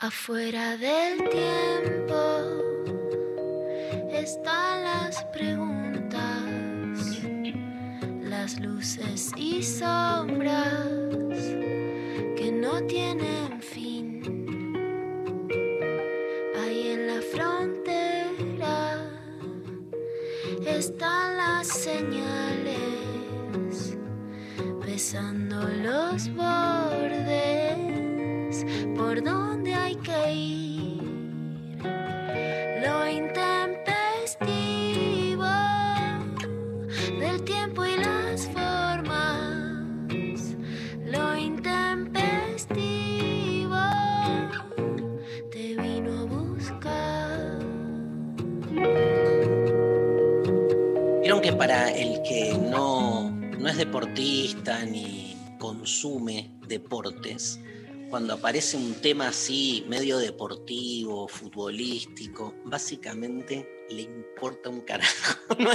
Afuera del tiempo están las preguntas, las luces y sombras que no tienen fin. Ahí en la frontera están las señales, besando los bordes por donde hay que ir. Lo intempestivo del tiempo y las formas. Lo intempestivo te vino a buscar. Vieron que para el que no es deportista ni consume deportes, cuando aparece un tema así, medio deportivo, futbolístico, básicamente le importa un carajo.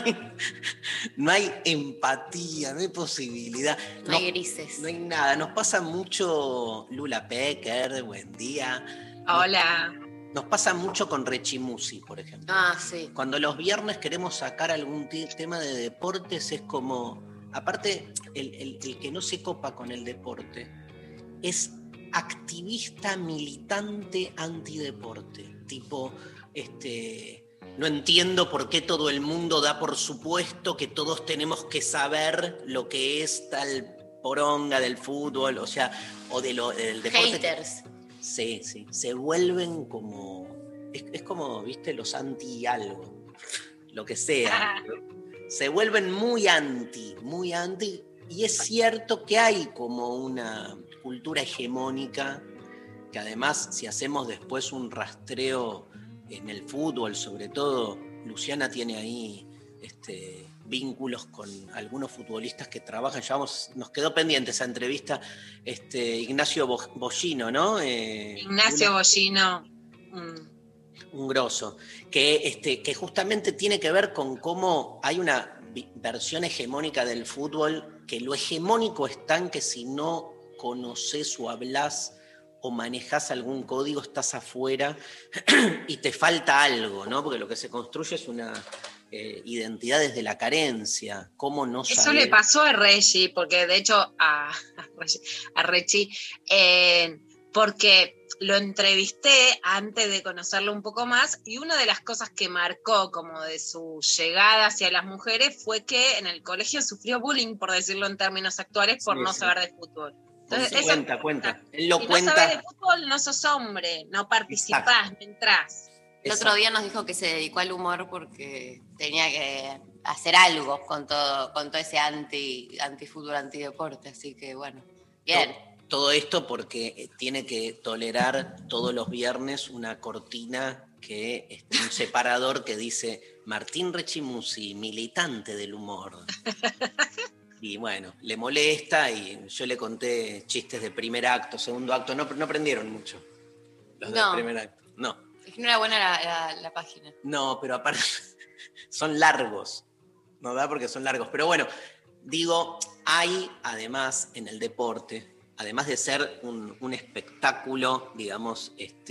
No hay empatía, no hay posibilidad. No hay grises. No hay nada. Nos pasa mucho Lula Pecker, buen día. Hola. Nos pasa mucho con Rechimusi, por ejemplo. Ah, sí. Cuando los viernes queremos sacar algún tema de deportes, es como... Aparte, el que no se copa con el deporte es activista, militante, antideporte. Tipo, no entiendo por qué todo el mundo da por supuesto que todos tenemos que saber lo que es tal poronga del fútbol, o sea, o del deporte. Haters. Sí, se vuelven como... Es como, viste, los anti-algo, lo que sea. Se vuelven muy anti, y es cierto que hay como una cultura hegemónica, que además, si hacemos después un rastreo en el fútbol, sobre todo, Luciana tiene ahí vínculos con algunos futbolistas que trabajan. Nos quedó pendiente esa entrevista, Ignacio Bollino, ¿no? Ignacio Bollino. Un grosso, que justamente tiene que ver con cómo hay una versión hegemónica del fútbol, que lo hegemónico es tan que si no conoces o hablás o manejás algún código, estás afuera y te falta algo, ¿no? Porque lo que se construye es una identidad desde la carencia. ¿Cómo no saber? Eso le pasó a Reggie, porque de hecho a Reggie, porque lo entrevisté antes de conocerlo un poco más, y una de las cosas que marcó como de su llegada hacia las mujeres fue que en el colegio sufrió bullying, por decirlo en términos actuales, por no saber de fútbol. Entonces, cuenta. Él lo si cuenta. no sabes de fútbol, no sos hombre, no participás, no entrás. El otro día nos dijo que se dedicó al humor porque tenía que hacer algo con todo ese antifútbol, antideporte, así que bueno, bien. Todo esto porque tiene que tolerar todos los viernes una cortina un separador que dice Martín Rechimusi, militante del humor. Y bueno, le molesta, y yo le conté chistes de primer acto, segundo acto, no aprendieron mucho los del primer acto. No. Es que no era buena la página. No, pero aparte son largos, no da porque son largos. Pero bueno, digo, hay además en el deporte, además de ser un espectáculo, digamos,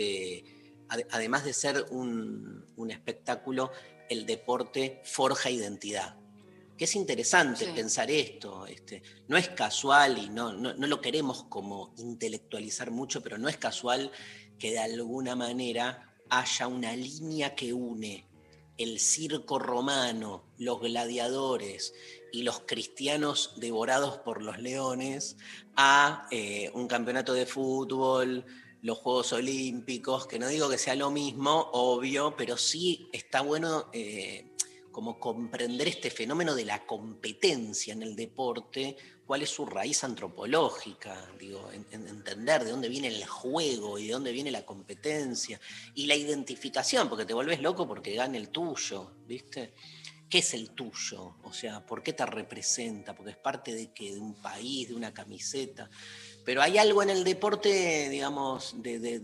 además de ser un espectáculo, el deporte forja identidad. Que es interesante pensar esto. No es casual, y no lo queremos como intelectualizar mucho, pero no es casual que de alguna manera haya una línea que une el circo romano, los gladiadores y los cristianos devorados por los leones a un campeonato de fútbol, los Juegos Olímpicos, que no digo que sea lo mismo, obvio, pero sí está bueno como comprender este fenómeno de la competencia en el deporte, cuál es su raíz antropológica, digo, entender de dónde viene el juego y de dónde viene la competencia y la identificación, porque te volvés loco porque gana el tuyo, ¿viste? ¿Qué es el tuyo? O sea, ¿por qué te representa? Porque es parte de ¿qué? De un país, de una camiseta. Pero hay algo en el deporte, digamos, de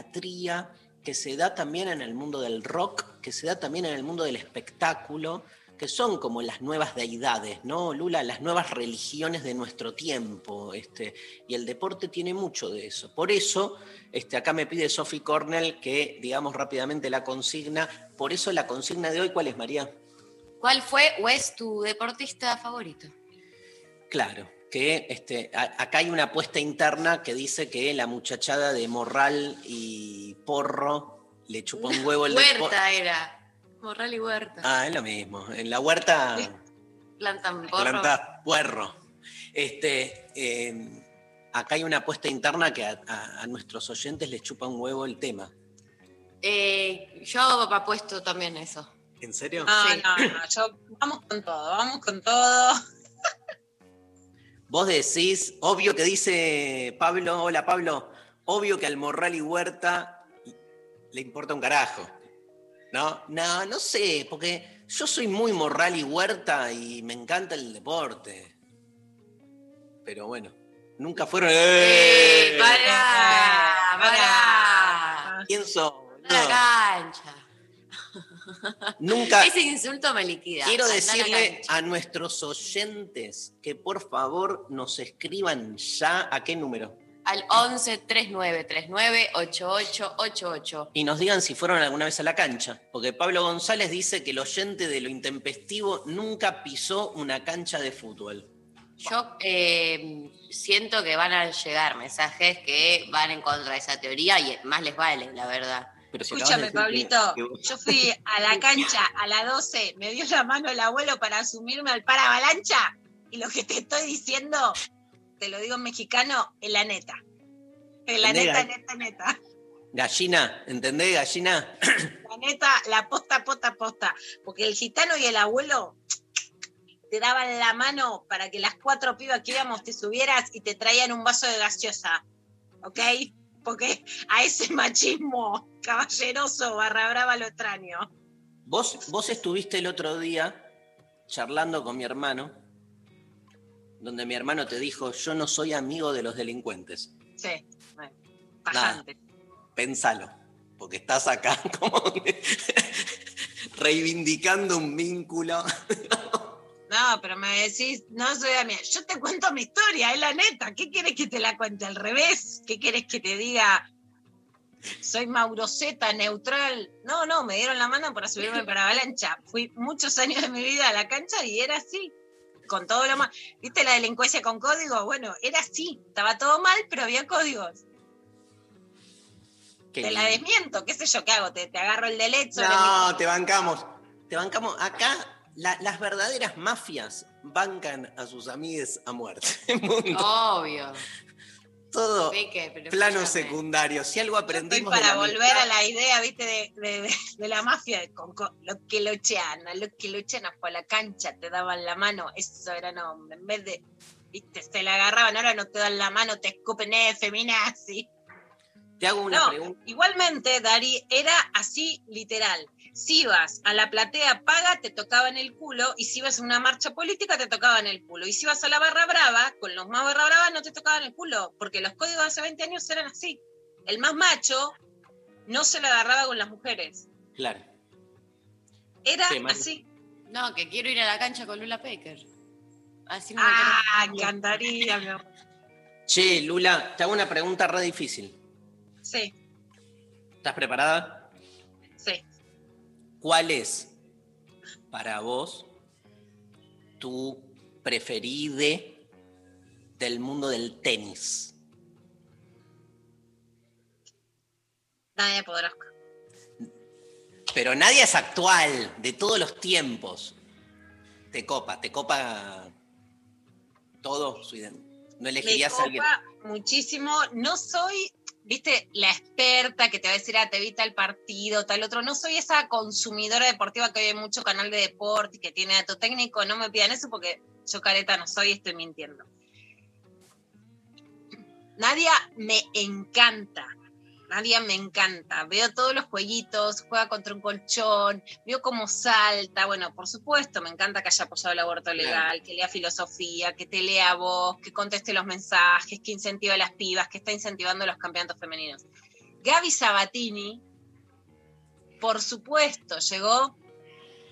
idolatría, que se da también en el mundo del rock, que se da también en el mundo del espectáculo, que son como las nuevas deidades, ¿no, Lula? Las nuevas religiones de nuestro tiempo, y el deporte tiene mucho de eso. Por eso, acá me pide Sophie Cornell que digamos rápidamente la consigna. Por eso la consigna de hoy, ¿cuál es, María? ¿Cuál fue o es tu deportista favorito? Claro, que acá hay una apuesta interna que dice que la muchachada de Morral y Porro le chupó un huevo el deporte. Huerta era. Morral y Huerta. Ah, es lo mismo. En la huerta Plantan porro. plantás puerro. Acá hay una apuesta interna que a nuestros oyentes les chupa un huevo el tema. Yo apuesto también eso. ¿En serio? Sí. No, vamos con todo. Vos decís, obvio que dice Pablo, hola Pablo, obvio que al Morral y Huerta le importa un carajo. No sé, porque yo soy muy Morral y Huerta y me encanta el deporte. Pero bueno, nunca fueron... ¡Pará! ¿Quién sos? La cancha. Nunca... Ese insulto me liquida. Quiero Andá a la decirle cancha. a nuestros oyentes que por favor nos escriban ya a qué número. Al 11 39 39 8888. Y nos digan si fueron alguna vez a la cancha. Porque Pablo González dice que el oyente de Lo Intempestivo nunca pisó una cancha de fútbol. Yo siento que van a llegar mensajes que van en contra de esa teoría y más les vale, la verdad. Pero si acabas de Escúchame, decir Pablito, yo fui a la cancha a las 12, me dio la mano el abuelo para asumirme al par avalancha, y lo que te estoy diciendo, te lo digo en mexicano, es la neta. Es la neta. Gallina, ¿entendés, gallina? La neta, la posta. Porque el gitano y el abuelo te daban la mano para que las 4 pibas que íbamos te subieras y te traían un vaso de gaseosa. ¿Ok? Porque a ese machismo caballeroso barra brava lo extraño. Vos estuviste el otro día charlando con mi hermano, donde mi hermano te dijo, yo no soy amigo de los delincuentes. Sí, bueno, tajante. Pensalo, porque estás acá como reivindicando un vínculo. No, pero me decís, no soy amiga. Yo te cuento mi historia, es la neta. ¿Qué quieres que te la cuente al revés? ¿Qué quieres que te diga? Soy Mauro Zeta, neutral. No, me dieron la mano para subirme para avalancha. Fui muchos años de mi vida a la cancha y era así. Con todo lo más. ¿Viste la delincuencia con código? Bueno, era así. Estaba todo mal, pero había códigos. Te la desmiento, qué sé yo, ¿qué hago? Te agarro el derecho. No, te bancamos. Acá las verdaderas mafias bancan a sus amigues a muerte. Obvio. Todo Pero plano escúchame. secundario. Si algo aprendimos para de la volver amistad, a la idea, ¿viste? De la mafia, lo que lo echaban fue a la cancha, te daban la mano, eso era nombre. En vez de, ¿viste? Se la agarraban, ahora no te dan la mano, te escupen feminazi. te hago una pregunta. Igualmente, Dari, era así literal. Si ibas a la platea paga, te tocaban el culo, y si ibas a una marcha política, te tocaban el culo. Y si ibas a la barra brava, con los más barra brava, no te tocaban el culo, porque los códigos de hace 20 años eran así. El más macho no se lo agarraba con las mujeres. Claro. Era Sí, Mari. así. No, que quiero ir a la cancha con Lula Pecker. Así no me Encantaría, mi amor. Che, Lula, te hago una pregunta re difícil. Sí, ¿Estás preparada? sí. ¿Cuál es, para vos, tu preferide del mundo del tenis? Nadia Podoroska. Pero nadie es actual, de todos los tiempos. Te copa todo. No elegirías a alguien. Me copa muchísimo. No soy, viste, la experta que te va a decir, te evita el partido, tal otro. No soy esa consumidora deportiva que hay mucho canal de deporte y que tiene dato técnico. No me pidan eso porque yo careta no soy, estoy mintiendo. Nadia me encanta. Veo todos los jueguitos, juega contra un colchón, veo cómo salta. Bueno, por supuesto, me encanta que haya apoyado el aborto legal, que lea filosofía, que te lea vos, que conteste los mensajes, que incentiva a las pibas, que está incentivando los campeonatos femeninos. Gaby Sabatini, por supuesto, llegó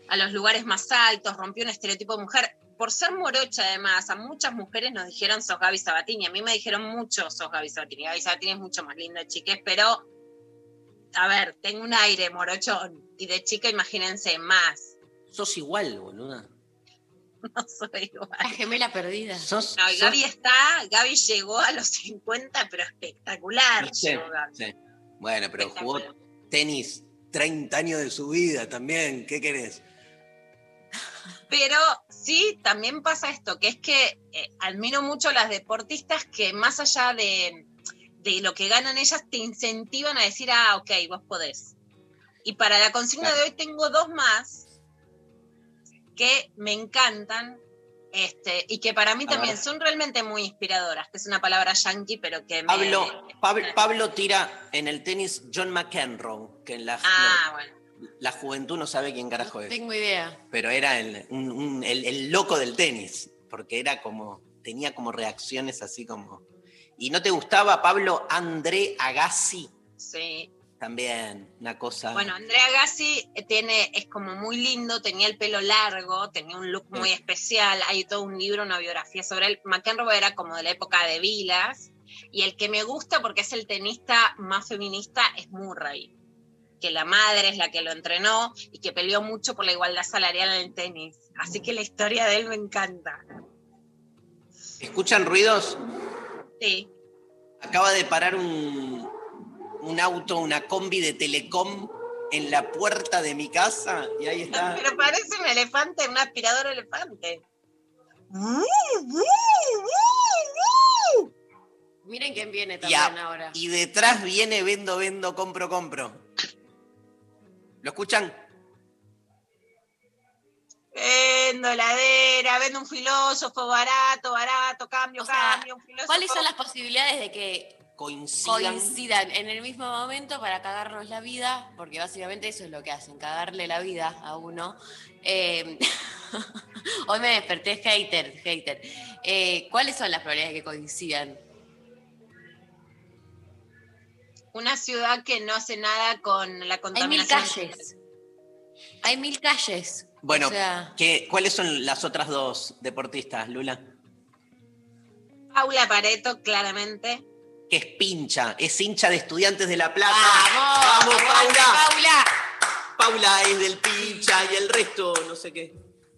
a los lugares más altos, rompió un estereotipo de mujer. Por ser morocha, además, a muchas mujeres nos dijeron sos Gaby Sabatini. A mí me dijeron mucho sos Gaby Sabatini. Gaby Sabatini es mucho más linda, chiques, pero, a ver, tengo un aire morochón. Y de chica, imagínense, más. Sos igual, boluda. No soy igual. La gemela perdida. No, y Gaby llegó a los 50, pero espectacular. Sí, Llegó Gaby. sí. Bueno, pero jugó Espectacular. tenis 30 años de su vida también. ¿Qué querés? Pero sí, también pasa esto, que es que admiro mucho a las deportistas que más allá de lo que ganan ellas, te incentivan a decir, ok, vos podés. Y para la consigna de hoy tengo dos más que me encantan y que para mí también son realmente muy inspiradoras, que es una palabra yankee, pero que Pablo tira en el tenis John McEnroe, que en la juventud no sabe quién carajo es. No tengo idea. Pero era el loco del tenis, porque era tenía como reacciones así como... ¿Y no te gustaba, Pablo, André Agassi? Sí. También, una cosa... Bueno, André Agassi es como muy lindo, tenía el pelo largo, tenía un look muy especial, hay todo un libro, una biografía sobre él. McEnroe era como de la época de Vilas, y el que me gusta porque es el tenista más feminista es Murray, que la madre es la que lo entrenó y que peleó mucho por la igualdad salarial en el tenis. Así que la historia de él me encanta. ¿Escuchan ruidos? Sí. Acaba de parar un auto, una combi de Telecom en la puerta de mi casa y ahí está. Pero parece un elefante, un aspirador elefante. Miren quién viene también ahora. Y detrás viene vendo, compro. ¿Lo escuchan? Vendo heladera, vendo un filósofo barato, cambio, un filósofo. ¿Cuáles son las posibilidades de que coincidan en el mismo momento para cagarnos la vida? Porque básicamente eso es lo que hacen, cagarle la vida a uno. Hoy me desperté hater. ¿Cuáles son las probabilidades de que coincidan? Una ciudad que no hace nada con la contaminación. Hay 1000 calles. Bueno, o sea... ¿cuáles son las otras dos deportistas, Lula? Paula Pareto, claramente. Que es hincha de Estudiantes de La Plata. ¡Vamos, Paula! Paula es del pincha y el resto no sé qué.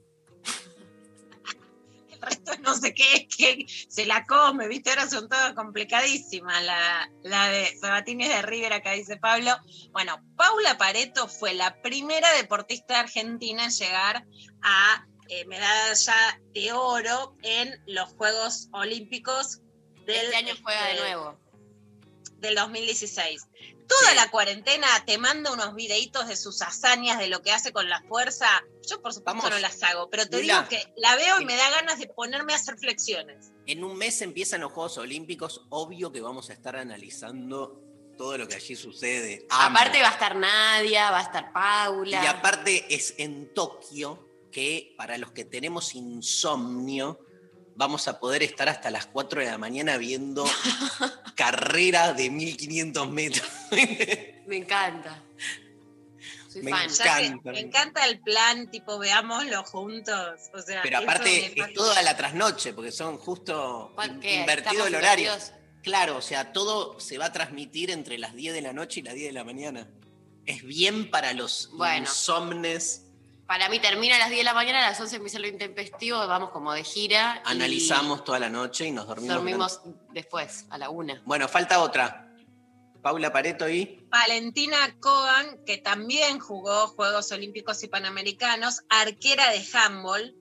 El resto no sé qué, es que se la come, ¿viste? Ahora son todas complicadísimas. La de Sabatini es de River, acá dice Pablo. Bueno, Paula Pareto fue la primera deportista argentina en llegar a medalla de oro en los Juegos Olímpicos este año juega de nuevo. Del 2016. Toda la cuarentena te manda unos videitos de sus hazañas, de lo que hace con la fuerza. Yo, por supuesto, no las hago, pero te digo que la veo y me da ganas de ponerme a hacer flexiones. En un mes empiezan los Juegos Olímpicos. Obvio que vamos a estar analizando todo lo que allí sucede. Aparte va a estar Nadia, va a estar Paula. Y aparte es en Tokio, que para los que tenemos insomnio, vamos a poder estar hasta las 4 de la mañana viendo carreras de 1500 metros. Me encanta. Soy fan. Me encanta el plan, tipo, veámoslo juntos. O sea, pero aparte es toda la trasnoche, porque son justo invertido el horario. Claro, o sea, todo se va a transmitir entre las 10 de la noche y las 10 de la mañana. Es bien para los insomnes. Para mí termina a las 10 de la mañana, a las 11 empieza lo intempestivo, vamos como de gira. Analizamos toda la noche y nos dormimos. Dormimos después, a la 1. Bueno, falta otra. Paula Pareto y... Valentina Kogan, que también jugó Juegos Olímpicos y Panamericanos, arquera de handball,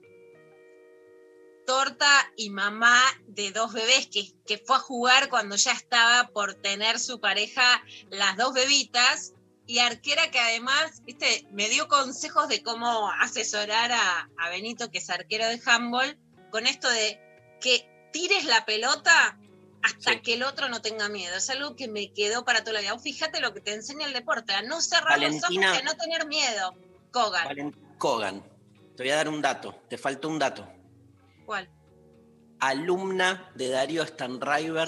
torta y mamá de 2 bebés, que fue a jugar cuando ya estaba por tener su pareja las 2 bebitas. Y arquera que además, viste, me dio consejos de cómo asesorar a Benito, que es arquero de handball, con esto de que tires la pelota hasta que el otro no tenga miedo. Es algo que me quedó para toda la vida. Fíjate lo que te enseña el deporte, a no cerrar los ojos y a no tener miedo. Kogan. Te voy a dar un dato. Te faltó un dato. ¿Cuál? Alumna de Darío Stanraiver.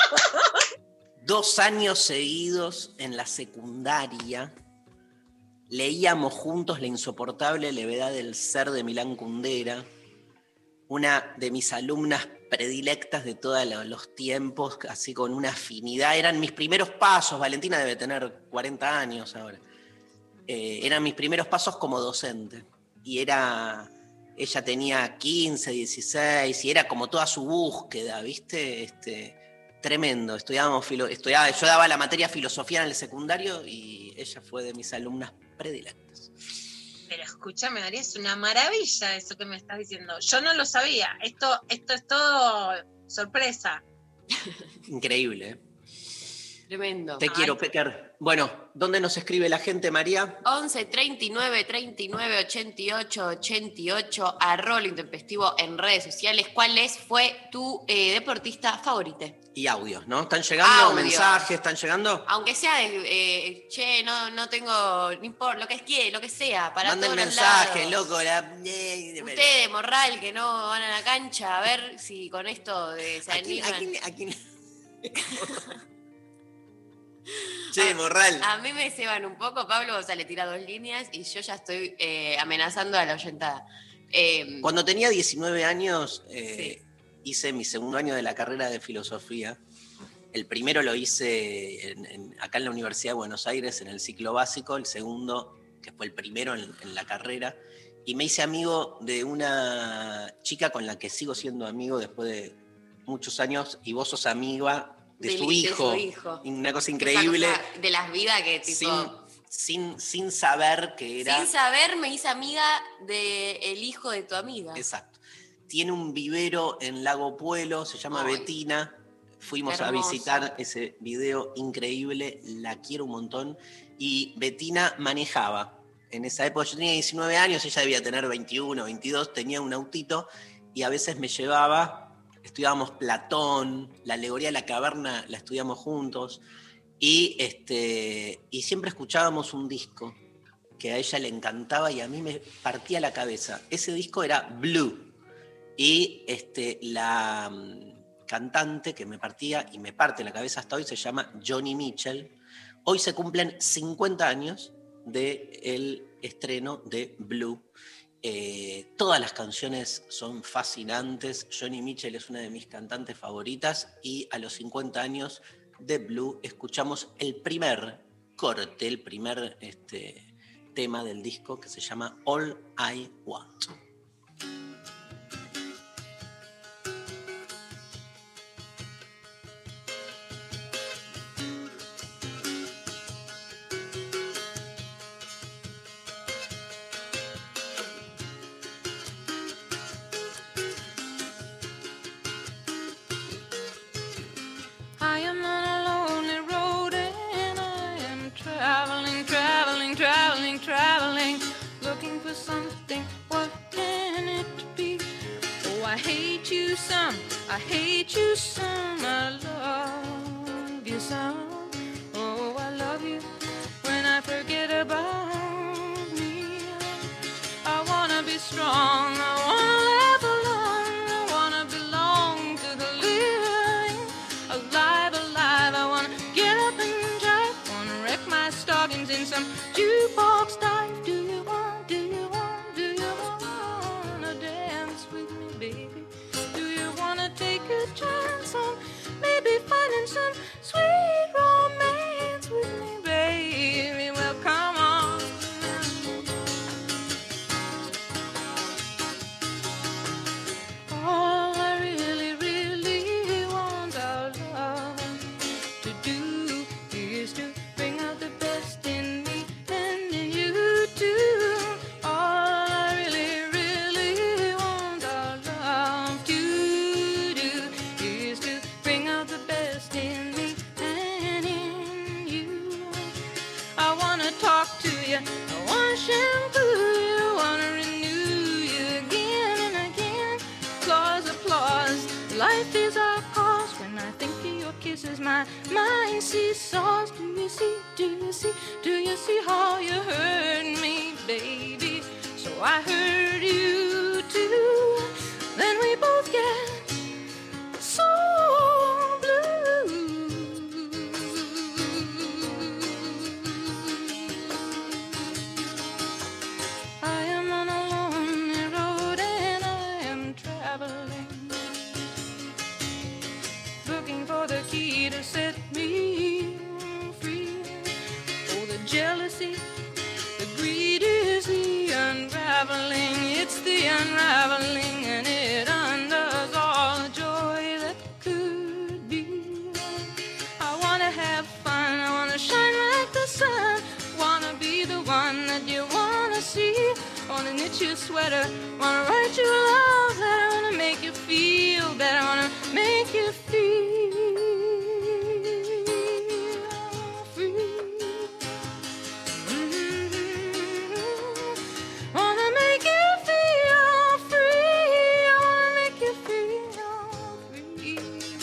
2 años seguidos en la secundaria. leíamos juntos La insoportable levedad del ser de Milán Kundera, una de mis alumnas predilectas de todos los tiempos, así con una afinidad. Eran mis primeros pasos, Valentina debe tener 40 años ahora. Eran mis primeros pasos como docente. Y ella tenía 15, 16, y era como toda su búsqueda, ¿viste? Tremendo. Yo daba la materia filosofía en el secundario y ella fue de mis alumnas predilectas. Pero escúchame, María, es una maravilla eso que me estás diciendo. Yo no lo sabía. Esto es todo sorpresa. Increíble, ¿eh? Tremendo. Te quiero, Pecker. Bueno, ¿dónde nos escribe la gente, María? 11 39 39 88 88 @lo intempestivo en redes sociales. ¿Cuál fue tu deportista favorito? Y audios, ¿no? ¿Están llegando mensajes? ¿Están llegando? Aunque sea che, no tengo, no importa, lo que sea, para manden todos los mensajes, lados. loco. Ustedes, Morral, que no van a la cancha, a ver si con esto se animan. ¿A quién? Che, Morral. A mí me ceban un poco, Pablo, o sea, le tira 2 líneas y yo ya estoy amenazando a la oyentada. Cuando tenía 19 años, Sí. hice mi segundo año de la carrera de filosofía. El primero lo hice acá en la Universidad de Buenos Aires, en el ciclo básico. El segundo, que fue el primero en la carrera. Y me hice amigo de una chica con la que sigo siendo amigo después de muchos años. Y vos sos amiga de su hijo. Una cosa increíble. Esa cosa de las vidas que tipo... Sin saber que era... Sin saber me hice amiga del hijo de tu amiga. Exacto. Tiene un vivero en Lago Puelo, se llama Betina. Fuimos a visitar ese video increíble, la quiero un montón. Y Betina manejaba. En esa época yo tenía 19 años, ella debía tener 21, 22, tenía un autito y a veces me llevaba, estudiábamos Platón, la alegoría de la caverna la estudiamos juntos y siempre escuchábamos un disco que a ella le encantaba y a mí me partía la cabeza. Ese disco era Blue. Y la cantante que me partía y me parte la cabeza hasta hoy se llama Joni Mitchell. Hoy se cumplen 50 años del estreno de Blue. Todas las canciones son fascinantes. Joni Mitchell es una de mis cantantes favoritas y a los 50 años de Blue escuchamos el primer corte, el primer tema del disco que se llama All I Want. I am on a lonely road and I am traveling, looking for something. What can it be? Oh, I hate you some, I love you some. Oh, I love you when I forget about me. I wanna be strong, I wanna live alone, I wanna belong to the living. Alive, I wanna get up and drive, wanna wreck my stockings in some jukebox dive. Do you wanna dance with me, baby? Do you wanna take a chance on maybe finding some sweet romance with me, baby? Well, come on. All I really want our love to do is to bring out the best in me and in you too. All I really want our love to do is to bring out the best in me and in you. I wanna talk to you, I wanna shampoo you, wanna renew you again and again. Applause, life is our cause. When I think of your kisses, my mind seesaws. Do you see how you hurt me, baby? So I hurt you too. Then we both get so blue. unraveling, and it undoes all the joy that could be. I wanna have fun, I wanna shine like the sun, wanna be the one that you wanna see. Wanna knit you a sweater, wanna write you a love letter, wanna make you feel better, wanna make you feel free. Wanna make you feel free, I wanna make you feel free.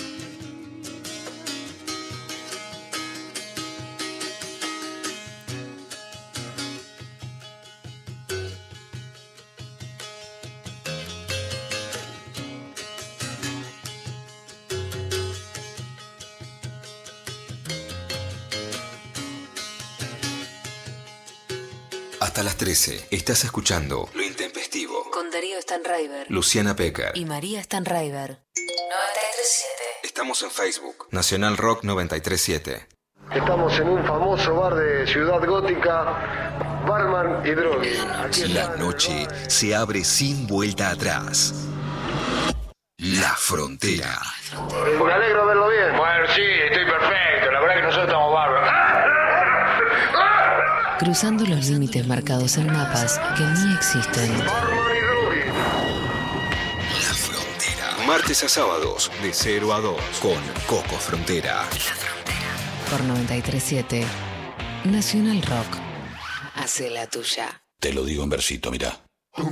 Hasta las 13 estás escuchando Lo Intempestivo Con Darío Stanraiver Luciana Pecker. y María Stanraiver. 937. Estamos en Facebook Nacional Rock 937. Estamos en un famoso bar de Ciudad Gótica, Barman y Drogui. La noche se abre sin vuelta atrás. La Frontera. Me alegro de verlo bien. Bueno, sí, estoy perfecto. La verdad que nosotros estamos bárbaros. Cruzando los límites marcados en mapas que ni existen. Barman y Drogui. La Frontera. Martes a sábados de 0 a 2 con Coco Frontera. Por 937 Nacional Rock. Hace la tuya. Te lo digo en versito, mirá.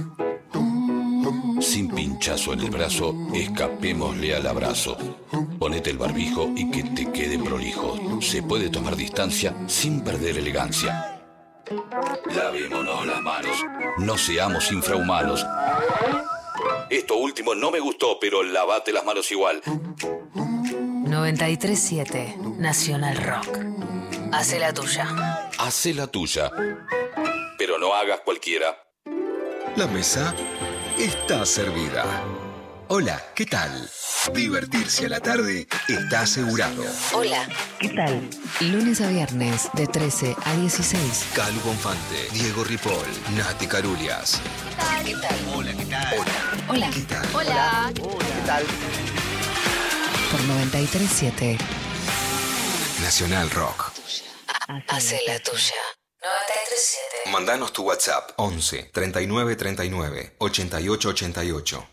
Sin pinchazo en el brazo, escapémosle al abrazo. Ponete el barbijo y que te quede prolijo. Se puede tomar distancia sin perder elegancia. Lavémonos las manos, no seamos infrahumanos. Esto último no me gustó, pero lavate las manos igual. 937 Nacional Rock. Hace la tuya. Hacé la tuya, pero no hagas cualquiera. La mesa está servida. Hola, ¿qué tal? Divertirse a la tarde está asegurado. Hola, ¿qué tal? Lunes a viernes de 13 a 16. Calu Bonfante, Diego Ripoll, Nati Carulias. ¿Qué tal? Hola, ¿qué tal? Hola. ¿Qué tal? Hola. ¿Qué tal? Por 937 Nacional Rock. Hace la tuya. 937. Mandanos tu WhatsApp 11 39 39 88 88.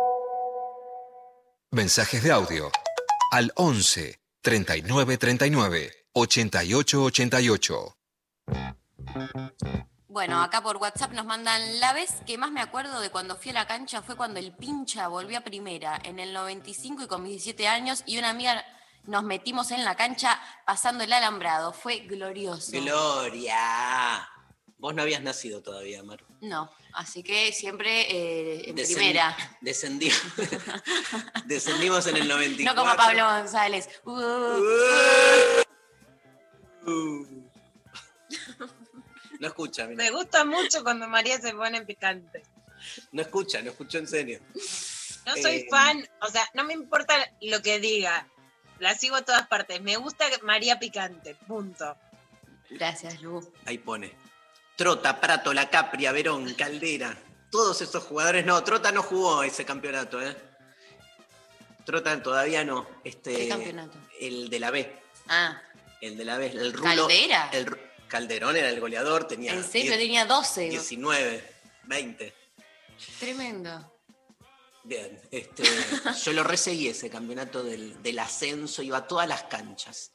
Mensajes de audio al 11 39 39 88 88. Bueno, acá por WhatsApp nos mandan: la vez que más me acuerdo de cuando fui a la cancha fue cuando el Pincha volvió a primera en el 95 y con mis 17 años y una amiga nos metimos en la cancha pasando el alambrado. Fue glorioso. Gloria. Vos no habías nacido todavía, Maru. No, así que siempre en primera. Descendimos en el 94. No como Pablo González. No escucha, mira. Me gusta mucho cuando María se pone picante. No escucha en serio. No soy fan, o sea, no me importa lo que diga. La sigo a todas partes. Me gusta María Picante, punto. Gracias, Lu. Ahí pone. Trota, Prato, La Capria, Verón, Caldera. Todos esos jugadores. No, Trota no jugó ese campeonato, ¿eh? Trota todavía no. ¿Qué campeonato? El de la B. Ah. El de la B. El Rulo. ¿Caldera? Calderón era el goleador. Tenía ¿En serio? Tenía 12. 19, 20. Tremendo. Bien, yo lo reseguí ese campeonato del ascenso, iba a todas las canchas,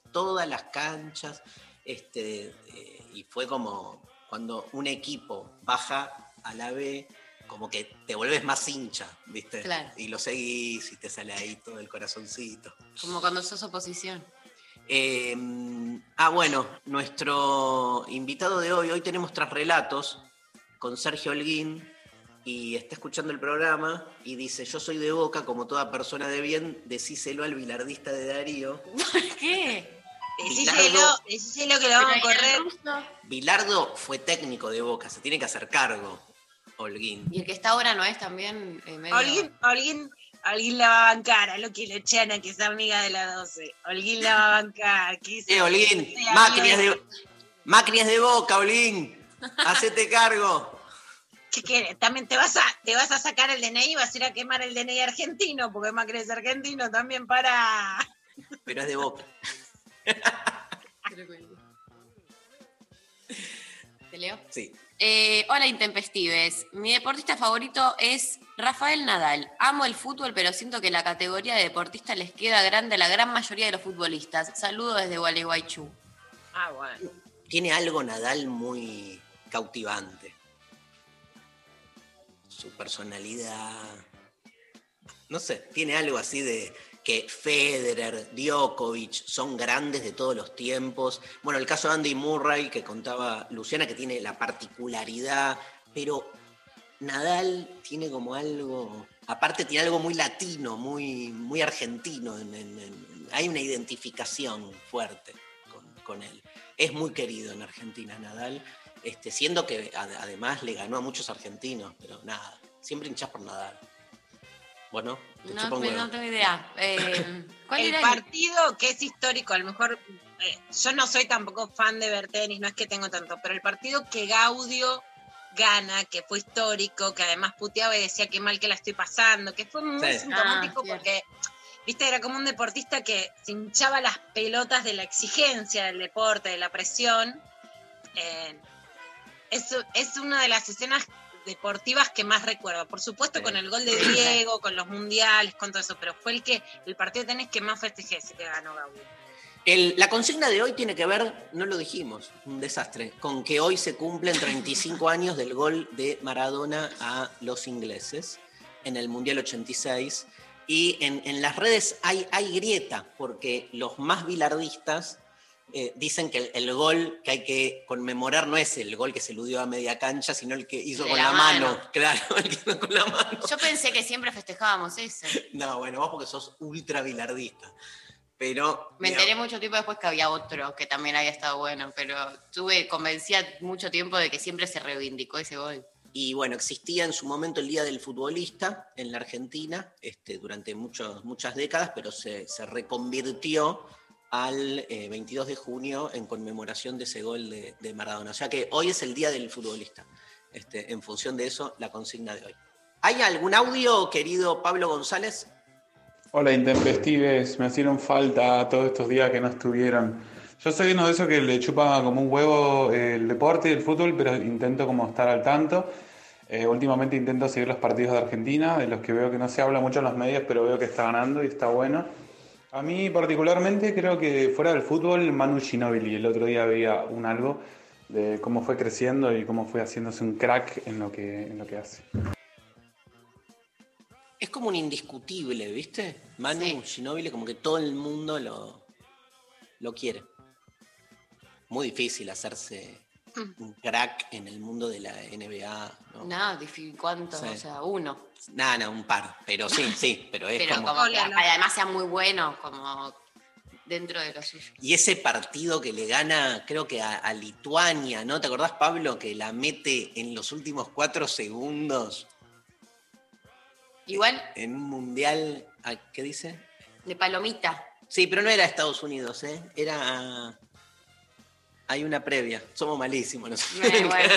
y fue como cuando un equipo baja a la B, como que te vuelves más hincha, ¿viste? Claro. Y lo seguís y te sale ahí todo el corazoncito. Como cuando sos oposición. Bueno, nuestro invitado de hoy tenemos Trasrelatos con Sergio Holguín. Y está escuchando el programa y dice: yo soy de Boca, como toda persona de bien, decíselo al bilardista de Darío. ¿Por qué? Decíselo que lo vamos a correr. Bilardo fue técnico de Boca, se tiene que hacer cargo, Holguín. Y el que está ahora no es también medio... Holguín la va a bancar, a lo que le Chana, que es amiga de la 12. Holguín la va a bancar. Holguín, Macri es de Boca, Holguín, hacete cargo. ¿Qué quieres? También te vas a sacar el DNI y vas a ir a quemar el DNI argentino, porque Macri es argentino también para... Pero es de Boca. ¿Te leo? Sí. Hola, intempestives. Mi deportista favorito es Rafael Nadal. Amo el fútbol, pero siento que la categoría de deportista les queda grande a la gran mayoría de los futbolistas. Saludos desde Gualeguaychú. Ah, bueno. Tiene algo Nadal muy cautivante. Su personalidad. No sé, tiene algo así de que Federer, Djokovic son grandes de todos los tiempos. Bueno, el caso de Andy Murray, que contaba Luciana, que tiene la particularidad, pero Nadal tiene como algo, aparte tiene algo muy latino, muy argentino. Hay una identificación fuerte con él. Es muy querido en Argentina Nadal, siendo que además le ganó a muchos argentinos, pero nada, siempre hinchás por Nadal. Bueno, no tengo idea. ¿Cuál El era partido que es histórico, a lo mejor yo no soy tampoco fan de ver tenis, no es que tengo tanto, pero el partido que Gaudio gana, que fue histórico, que además puteaba y decía qué mal que la estoy pasando, que fue muy sintomático porque, viste, era como un deportista que se hinchaba las pelotas de la exigencia del deporte, de la presión. Es una de las escenas deportivas que más recuerdo, por supuesto con el gol de Diego, con los mundiales, con todo eso, pero fue el partido de tenis que más festejé, ese que ganó Gaudio. La consigna de hoy tiene que ver, no lo dijimos, un desastre, con que hoy se cumplen 35 años del gol de Maradona a los ingleses en el Mundial 86, y en las redes hay grieta, porque los más bilardistas dicen que el gol que hay que conmemorar no es el gol que se eludió a media cancha, sino el que hizo con la mano. Claro, el que hizo con la mano. Yo pensé que siempre festejábamos eso. No, bueno, vos porque sos ultra bilardista. Pero me enteré mucho tiempo después que había otro que también había estado bueno, pero convencía mucho tiempo de que siempre se reivindicó ese gol. Y bueno, existía en su momento el Día del Futbolista en la Argentina, durante muchas décadas, pero se reconvirtió al 22 de junio en conmemoración de ese gol de Maradona. O sea que hoy es el Día del Futbolista. En función de eso, la consigna de hoy. ¿Hay algún audio, querido Pablo González? Hola, intempestives. Me hicieron falta todos estos días que no estuvieron. Yo soy uno de esos que le chupa como un huevo el deporte y el fútbol, pero intento como estar al tanto. Últimamente intento seguir los partidos de Argentina, de los que veo que no se habla mucho en los medios, pero veo que está ganando y está bueno. A mí particularmente creo que fuera del fútbol, Manu Ginóbili. El otro día veía algo de cómo fue creciendo y cómo fue haciéndose un crack en lo que hace. Es como un indiscutible, ¿viste? Manu Ginóbili, como que todo el mundo lo quiere. Muy difícil hacerse un crack en el mundo de la NBA, ¿no? No, ¿cuánto? Sí. O sea, uno. Nada, un par, pero sí, pero es pero como que además sea muy bueno, como dentro de lo suyo. Y ese partido que le gana, creo que a Lituania, ¿no? ¿Te acordás, Pablo, que la mete en los últimos 4 segundos? Igual. En un mundial, ¿qué dice? De palomita. Sí, pero no era Estados Unidos, ¿eh? Hay una previa. Somos malísimos nosotros. Bueno.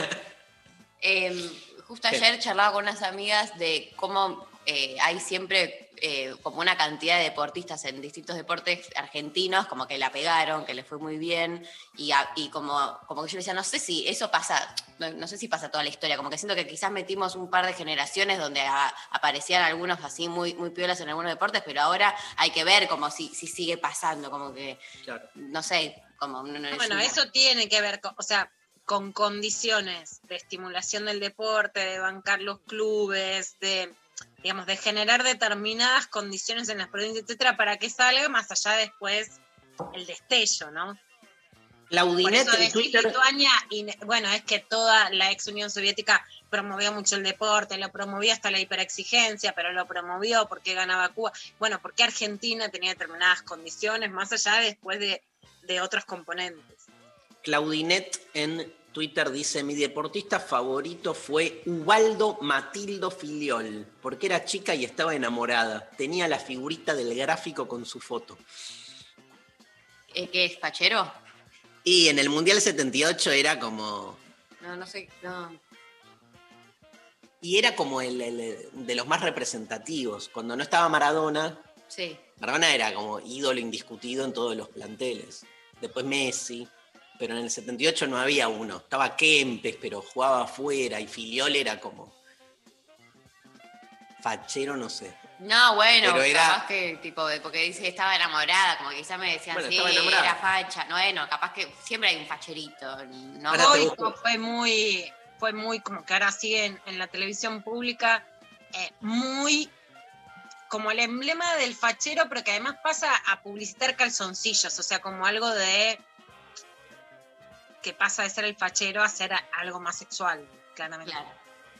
Justo ayer charlaba con unas amigas de cómo hay siempre como una cantidad de deportistas en distintos deportes argentinos, como que la pegaron, que les fue muy bien, y como que yo decía, no sé si eso pasa, no sé si pasa toda la historia, como que siento que quizás metimos un par de generaciones donde aparecían algunos así muy, muy piolas en algunos deportes, pero ahora hay que ver como si sigue pasando, como que, claro. No sé, como... Bueno, eso tiene que ver con condiciones de estimulación del deporte, de bancar los clubes, de generar determinadas condiciones en las provincias, etcétera, para que salga más allá después el destello, ¿no? Claudinet en Twitter. Lituania, bueno, es que toda la ex Unión Soviética promovía mucho el deporte, lo promovía hasta la hiperexigencia, pero lo promovió porque ganaba Cuba. Bueno, porque Argentina tenía determinadas condiciones, más allá después de otros componentes. Claudinet en Twitter dice, mi deportista favorito fue Ubaldo Matildo Filiol, porque era chica y estaba enamorada. Tenía la figurita del gráfico con su foto. ¿Qué es, fachero? Y en el Mundial 78 era como... No sé, no. Y era como el de los más representativos. Cuando no estaba Maradona, Sí. Maradona era como ídolo indiscutido en todos los planteles. Después Messi, pero en el 78 no había uno. Estaba Kempes, pero jugaba afuera, y Filiol era como fachero, no sé. No, bueno, Pero era- capaz que, tipo, porque dice estaba enamorada, como que quizás me decían, Bueno, sí, estaba enamorada. era facha. No, bueno, capaz que siempre hay un facherito. ¿No? Ahora te Goico busco. fue muy, como que ahora sigue en la televisión pública, muy como el emblema del fachero, pero que además pasa a publicitar calzoncillos, o sea, como algo de que pasa de ser el fachero a ser algo más sexual, claramente. Claro.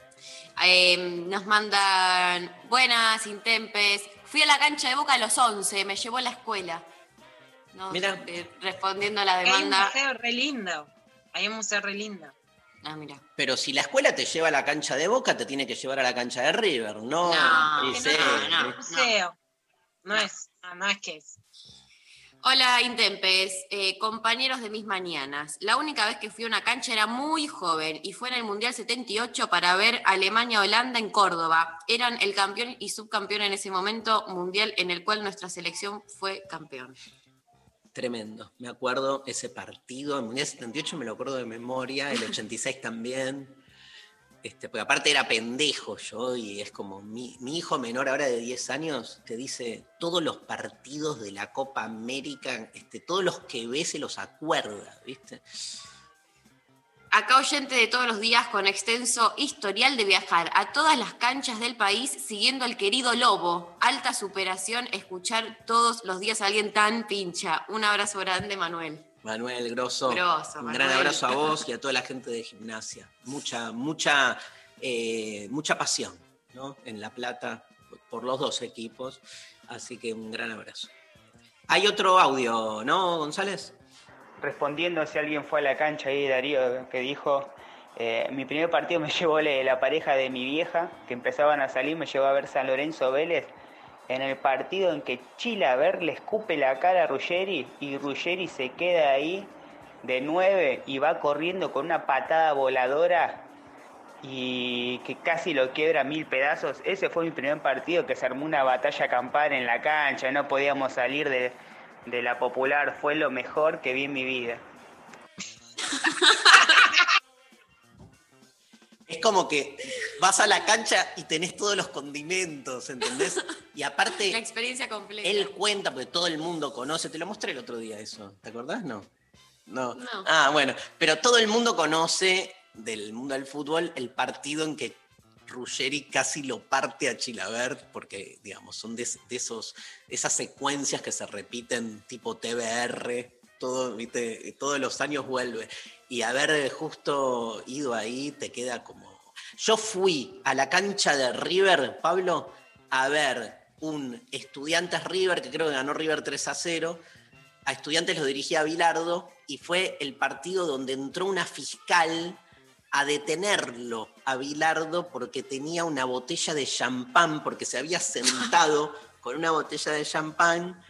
Nos mandan buenas, intempes. Fui a la cancha de Boca a los 11, me llevó a la escuela. No, Mira. respondiendo a la Hay un demanda. museo re lindo. Hay un museo re lindo. Ah, mira. Pero si la escuela te lleva a la cancha de Boca, te tiene que llevar a la cancha de River, ¿no? No, Y que sí, no. Museo. No es que es. Hola, intempes, compañeros de mis mañanas. La única vez que fui a una cancha era muy joven y fue en el Mundial 78 para ver Alemania-Holanda en Córdoba. Eran el campeón y subcampeón en ese momento mundial en el cual nuestra selección fue campeón. Tremendo. Me acuerdo ese partido, el Mundial 78 me lo acuerdo de memoria, el 86 también. Porque aparte era pendejo yo, y es como mi hijo menor ahora de 10 años te dice todos los partidos de la Copa América, todos los que ve se los acuerda, ¿viste? Acá oyente de todos los días con extenso historial de viajar a todas las canchas del país siguiendo al querido Lobo. Alta superación escuchar todos los días a alguien tan pincha. Un abrazo grande, Manuel. Manuel Grosso, Grosso, un Manuel. gran abrazo a vos y a toda la gente de Gimnasia. Mucha pasión, ¿no? En La Plata, por los dos equipos. Así que un gran abrazo. Hay otro audio, ¿no, González? Respondiendo si alguien fue a la cancha ahí, Darío, que dijo, mi primer partido me llevó la pareja de mi vieja, que empezaban a salir, me llevó a ver San Lorenzo Vélez, en el partido en que Chilaver le escupe la cara a Ruggeri y Ruggeri se queda ahí de 9 y va corriendo con una patada voladora y que casi lo quiebra a 1000 pedazos. Ese fue mi primer partido, que se armó una batalla campal en la cancha, no podíamos salir de la Popular. Fue lo mejor que vi en mi vida. Es como que vas a la cancha y tenés todos los condimentos, ¿entendés? Y aparte, La experiencia completa. él cuenta, porque todo el mundo conoce, te lo mostré el otro día eso, ¿te acordás? No. No. Ah, bueno, pero todo el mundo conoce del mundo del fútbol el partido en que Ruggeri casi lo parte a Chilavert, porque, digamos, son de esas secuencias que se repiten tipo TBR, todo, ¿viste? Todos los años vuelve. Y haber justo ido ahí te queda como... Yo fui a la cancha de River, Pablo, a ver un Estudiantes River, que creo que ganó River 3-0. A Estudiantes lo dirigía Bilardo, y fue el partido donde entró una fiscal a detenerlo a Bilardo porque tenía una botella de champán, porque se había sentado con una botella de champán,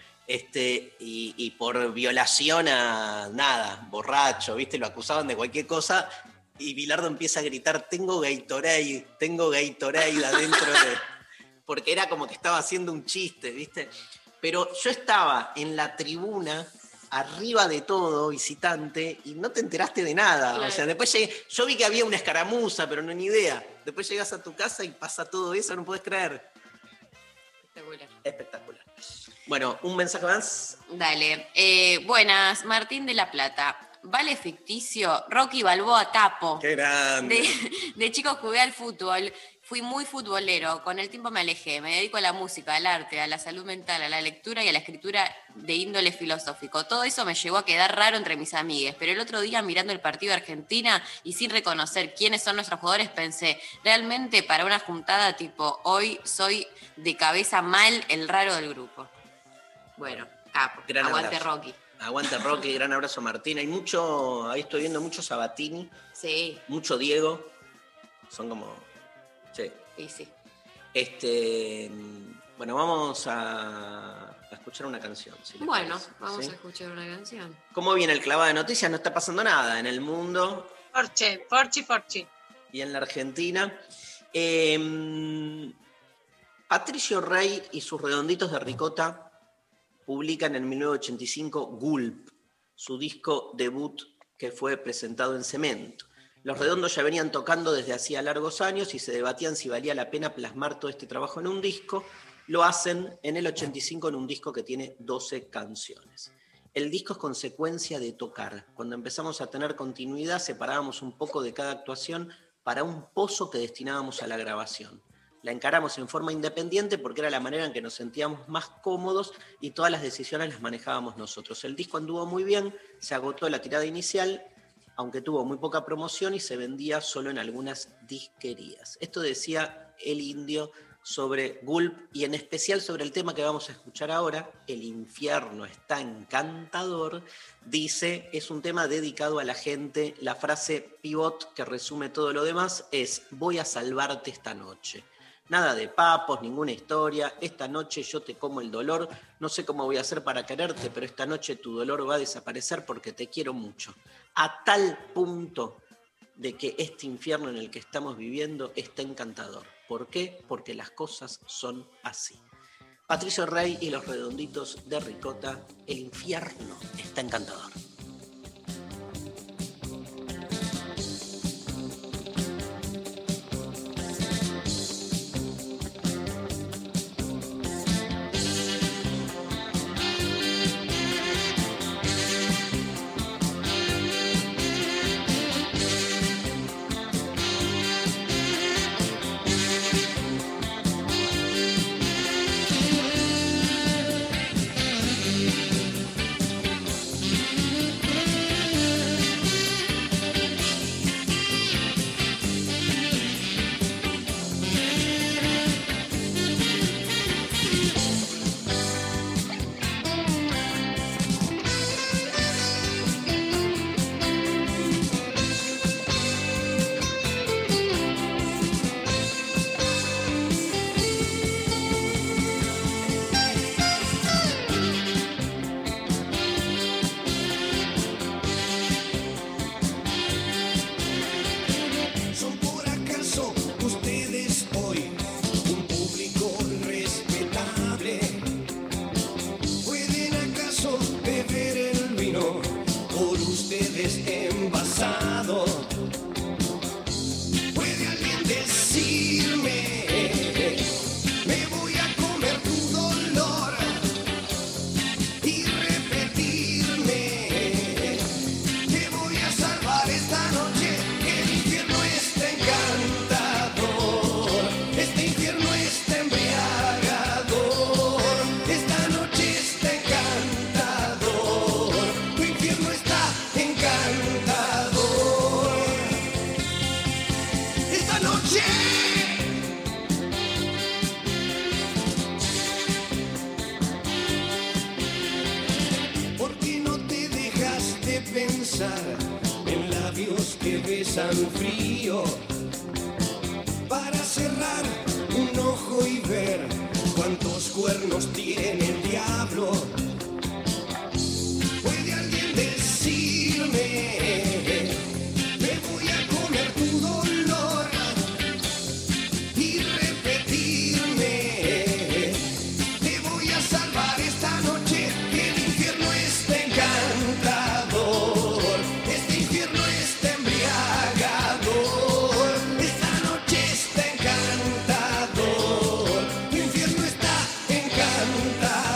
y por violación a nada, borracho, ¿viste? Lo acusaban de cualquier cosa, y Bilardo empieza a gritar, tengo Gatorade adentro de... Porque era como que estaba haciendo un chiste, ¿viste? Pero yo estaba en la tribuna, arriba de todo, visitante, y no te enteraste de nada. Claro. O sea, después llegué, yo vi que había una escaramuza, pero no ni idea. Después llegas a tu casa y pasa todo eso, no puedes creer. Espectacular. Espectacular. Bueno, un mensaje más. Dale. Buenas, Martín de La Plata. Vale ficticio, Rocky Balboa Capo. ¡Qué grande! De chico jugué al fútbol, fui muy futbolero, con el tiempo me alejé, me dedico a la música, al arte, a la salud mental, a la lectura y a la escritura de índole filosófico. Todo eso me llevó a quedar raro entre mis amigues, pero el otro día mirando el partido de Argentina y sin reconocer quiénes son nuestros jugadores pensé, realmente para una juntada tipo hoy soy de cabeza mal el raro del grupo. Bueno, capo, Gran aguante abrazo. Rocky. Aguante Rocky, gran abrazo Martín. Hay mucho, ahí estoy viendo mucho Sabatini, Sí, mucho Diego. Son como... Sí. sí, sí. Bueno, vamos a escuchar una canción. Si les Bueno, parece, vamos ¿sí? a escuchar una canción. ¿Cómo viene el clavado de noticias? No está pasando nada en el mundo Forchi. y en la Argentina. Patricio Rey y sus Redonditos de Ricota publican en 1985 Gulp, su disco debut que fue presentado en Cemento. Los Redondos ya venían tocando desde hacía largos años y se debatían si valía la pena plasmar todo este trabajo en un disco. Lo hacen en el 85 en un disco que tiene 12 canciones. El disco es consecuencia de tocar. Cuando empezamos a tener continuidad, separábamos un poco de cada actuación para un pozo que destinábamos a la grabación. La encaramos en forma independiente porque era la manera en que nos sentíamos más cómodos y todas las decisiones las manejábamos nosotros. El disco anduvo muy bien, se agotó la tirada inicial, aunque tuvo muy poca promoción y se vendía solo en algunas disquerías. Esto decía el Indio sobre Gulp y en especial sobre el tema que vamos a escuchar ahora, El infierno está encantador. Dice, es un tema dedicado a la gente. La frase pivot que resume todo lo demás es: voy a salvarte esta noche. Nada de papos, ninguna historia. Esta noche yo te como el dolor. No sé cómo voy a hacer para quererte, pero esta noche tu dolor va a desaparecer porque te quiero mucho. A tal punto de que este infierno en el que estamos viviendo está encantador. ¿Por qué? Porque las cosas son así. Patricio Rey y los Redonditos de Ricota, El infierno está encantador. En labios que besan frío, para cerrar un ojo y ver cuántos cuernos tiene el diablo. ¿Puede alguien decirme? Me voy a comer tu dolor y repetirme. Te voy a salvar esta noche, que el infierno está encantador. Este infierno está embriagador. Esta noche está encantador. Tu infierno está encantador.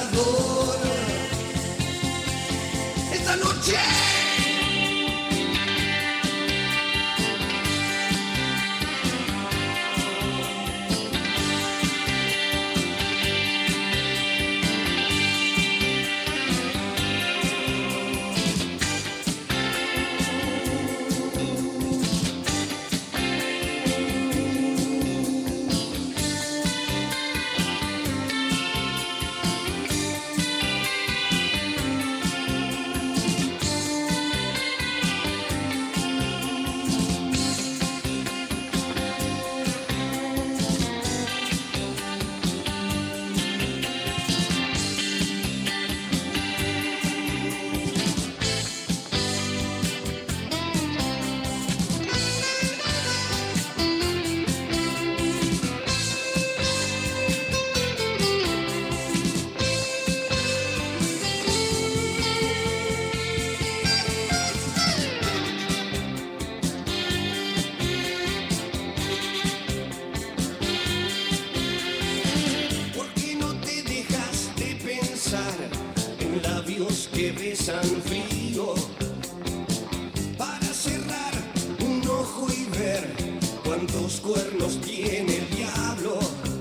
besan frío para cerrar un ojo y ver cuántos cuernos tiene el diablo.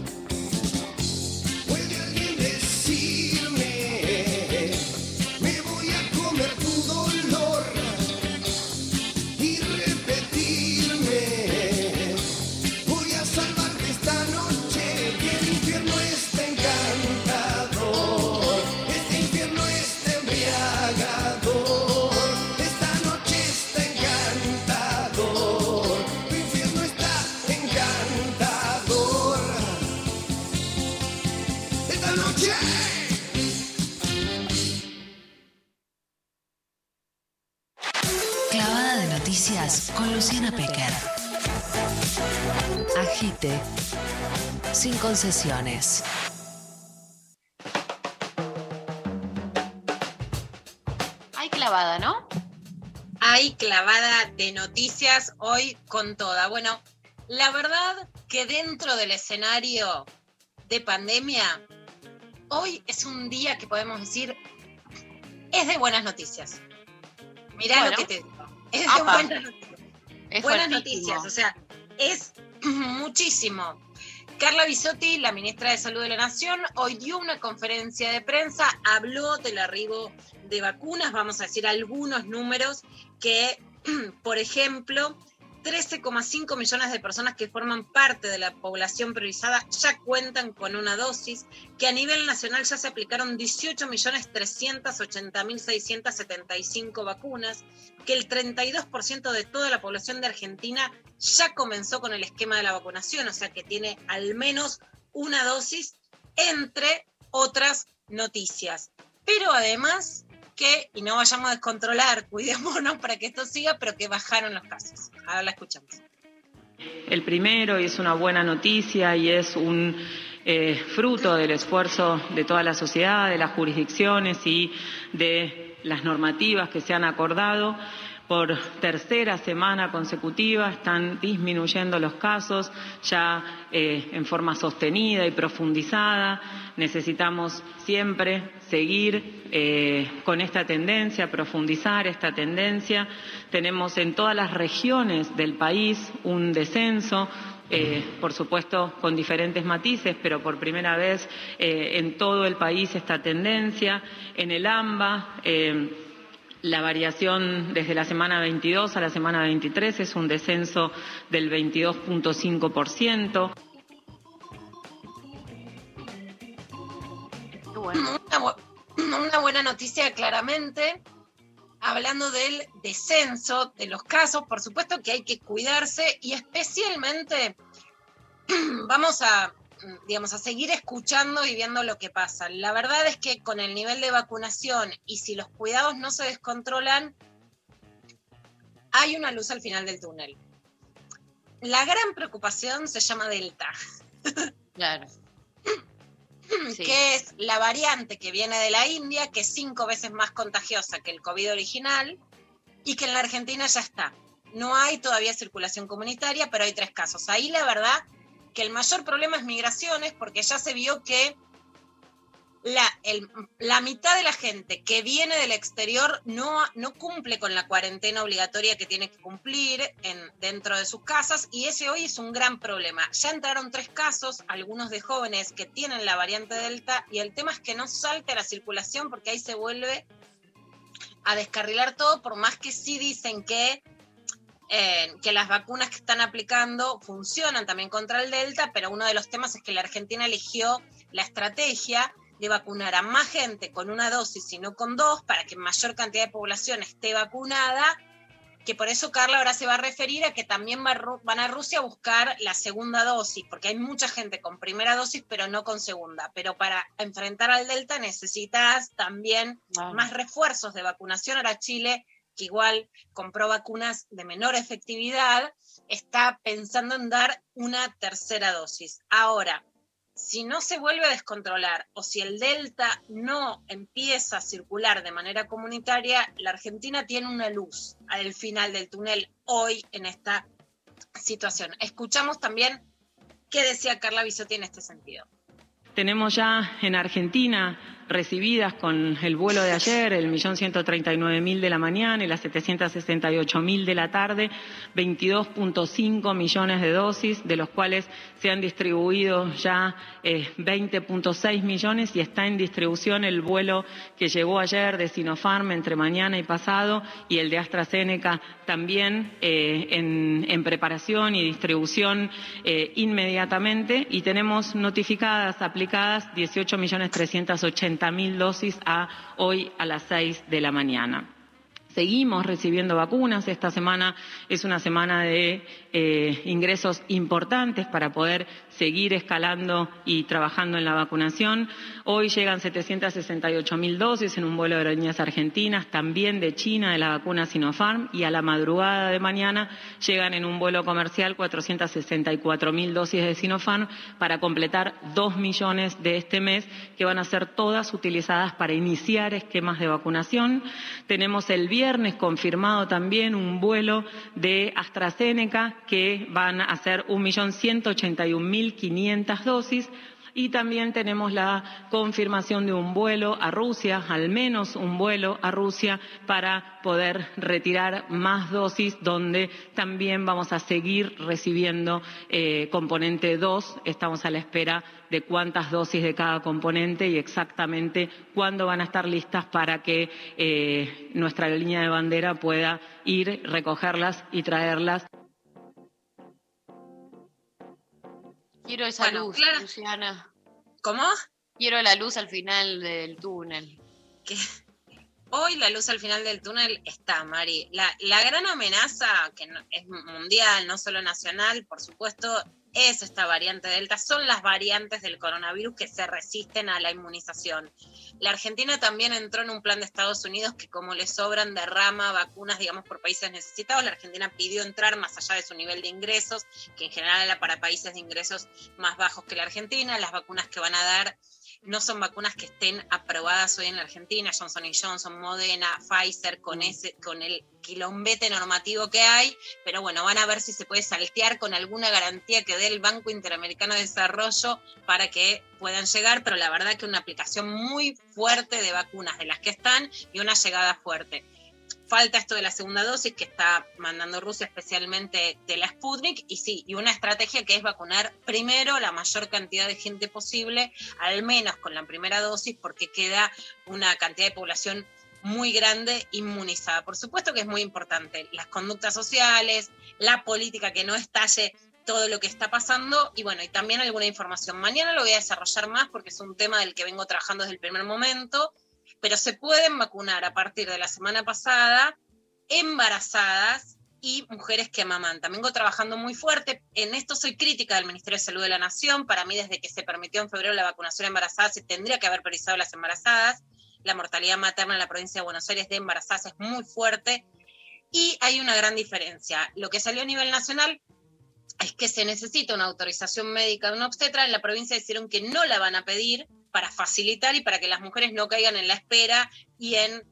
¿Puede alguien decirme? Me voy a comer tu dolor y repetirme. Voy a salvarte esta noche, que el infierno está encantador. Este infierno está embriagador. Esta noche está encantador. Tu infierno está encantador. Esta noche. Clavada de noticias con Luciana Pecker. Agite. Sin concesiones. Hay clavada, ¿no? Hay clavada de noticias hoy con toda. Bueno, la verdad que dentro del escenario de pandemia, hoy es un día que podemos decir es de buenas noticias. Mirá Bueno. lo que te digo. Es de Apa. buenas noticias. Es Buenas fuertísimo. noticias, o sea, es muchísimo. Carla Bisotti, la ministra de Salud de la Nación, hoy dio una conferencia de prensa, habló del arribo de vacunas, vamos a decir algunos números que, por ejemplo, 13,5 millones de personas que forman parte de la población priorizada ya cuentan con una dosis, que a nivel nacional ya se aplicaron 18.380.675 vacunas, que el 32% de toda la población de Argentina ya comenzó con el esquema de la vacunación, o sea que tiene al menos una dosis, entre otras noticias. Pero además que, y no vayamos a descontrolar, cuidémonos para que esto siga, pero que bajaron los casos. Ahora la escuchamos. El primero, y es una buena noticia, y es un fruto del esfuerzo de toda la sociedad, de las jurisdicciones y de las normativas que se han acordado. Por tercera semana consecutiva están disminuyendo los casos ya en forma sostenida y profundizada. Necesitamos siempre seguir con esta tendencia, profundizar esta tendencia. Tenemos en todas las regiones del país un descenso, por supuesto con diferentes matices, pero por primera vez en todo el país esta tendencia. En el AMBA, la variación desde la semana 22 a la semana 23 es un descenso del 22.5%. Una buena noticia, claramente. Hablando del descenso de los casos, por supuesto que hay que cuidarse y especialmente vamos a seguir escuchando y viendo lo que pasa. La verdad es que con el nivel de vacunación y si los cuidados no se descontrolan, hay una luz al final del túnel. La gran preocupación se llama Delta. Claro. Sí. Que es la variante que viene de la India, que es 5 veces más contagiosa que el COVID original y que en la Argentina ya está. No hay todavía circulación comunitaria, pero hay 3 casos. Ahí la verdad que el mayor problema es migraciones, porque ya se vio que la mitad de la gente que viene del exterior no cumple con la cuarentena obligatoria que tiene que cumplir dentro de sus casas, y ese hoy es un gran problema. Ya entraron 3 casos, algunos de jóvenes que tienen la variante Delta, y el tema es que no salte a la circulación porque ahí se vuelve a descarrilar todo, por más que sí dicen que las vacunas que están aplicando funcionan también contra el Delta, pero uno de los temas es que la Argentina eligió la estrategia de vacunar a más gente con una dosis y no con 2, para que mayor cantidad de población esté vacunada, que por eso Carla ahora se va a referir a que también van a Rusia a buscar la segunda dosis, porque hay mucha gente con primera dosis pero no con segunda, pero para enfrentar al Delta necesitas también más refuerzos de vacunación. Ahora Chile, que igual compró vacunas de menor efectividad, está pensando en dar una tercera dosis. Ahora, si no se vuelve a descontrolar o si el Delta no empieza a circular de manera comunitaria, la Argentina tiene una luz al final del túnel hoy en esta situación. Escuchamos también qué decía Carla Bisotti en este sentido. Tenemos ya en Argentina recibidas con el vuelo de ayer, el 1.139.000 de la mañana y las 768.000 de la tarde, 22.5 millones de dosis, de los cuales se han distribuido ya 20.6 millones y está en distribución el vuelo que llegó ayer de Sinopharm entre mañana y pasado y el de AstraZeneca también en preparación y distribución inmediatamente, y tenemos notificadas, aplicadas 18.380.000 dosis hoy a las 6 de la mañana. Seguimos recibiendo vacunas. Esta semana es una semana de ingresos importantes para poder seguir escalando y trabajando en la vacunación. Hoy llegan 768.000 dosis en un vuelo de aerolíneas argentinas, también de China, de la vacuna Sinopharm, y a la madrugada de mañana llegan en un vuelo comercial 464.000 dosis de Sinopharm para completar 2 millones de este mes, que van a ser todas utilizadas para iniciar esquemas de vacunación. Tenemos el viernes confirmado también un vuelo de AstraZeneca que van a ser 1.181.500 dosis. Y también tenemos la confirmación de un vuelo a Rusia, al menos un vuelo a Rusia, para poder retirar más dosis, donde también vamos a seguir recibiendo componente 2. Estamos a la espera de cuántas dosis de cada componente y exactamente cuándo van a estar listas para que nuestra línea de bandera pueda ir, recogerlas y traerlas. Quiero esa luz, claro. Luciana. ¿Cómo? Quiero la luz al final del túnel. ¿Qué? Hoy la luz al final del túnel está, Mari. La gran amenaza, que es mundial, no solo nacional, por supuesto, es esta variante Delta. Son las variantes del coronavirus que se resisten a la inmunización. La Argentina también entró en un plan de Estados Unidos que, como le sobran, derrama vacunas, digamos, por países necesitados. La Argentina pidió entrar más allá de su nivel de ingresos, que en general era para países de ingresos más bajos que la Argentina. Las vacunas que van a dar no son vacunas que estén aprobadas hoy en la Argentina. Johnson & Johnson, Moderna, Pfizer, con el quilombete normativo que hay, pero bueno, van a ver si se puede saltear con alguna garantía que dé el Banco Interamericano de Desarrollo para que puedan llegar, pero la verdad que una aplicación muy fuerte de vacunas de las que están y una llegada fuerte. Falta esto de la segunda dosis que está mandando Rusia, especialmente de la Sputnik, y sí, y una estrategia que es vacunar primero la mayor cantidad de gente posible, al menos con la primera dosis, porque queda una cantidad de población muy grande inmunizada. Por supuesto que es muy importante las conductas sociales, la política, que no estalle todo lo que está pasando, y bueno, y también alguna información. Mañana lo voy a desarrollar más porque es un tema del que vengo trabajando desde el primer momento, pero se pueden vacunar a partir de la semana pasada embarazadas y mujeres que amamantan. Vengo trabajando muy fuerte, en esto soy crítica del Ministerio de Salud de la Nación. Para mí, desde que se permitió en febrero la vacunación embarazada, se tendría que haber priorizado las embarazadas. La mortalidad materna en la provincia de Buenos Aires de embarazadas es muy fuerte, y hay una gran diferencia. Lo que salió a nivel nacional es que se necesita una autorización médica de una obstetra. En la provincia dijeron que no la van a pedir para facilitar y para que las mujeres no caigan en la espera y en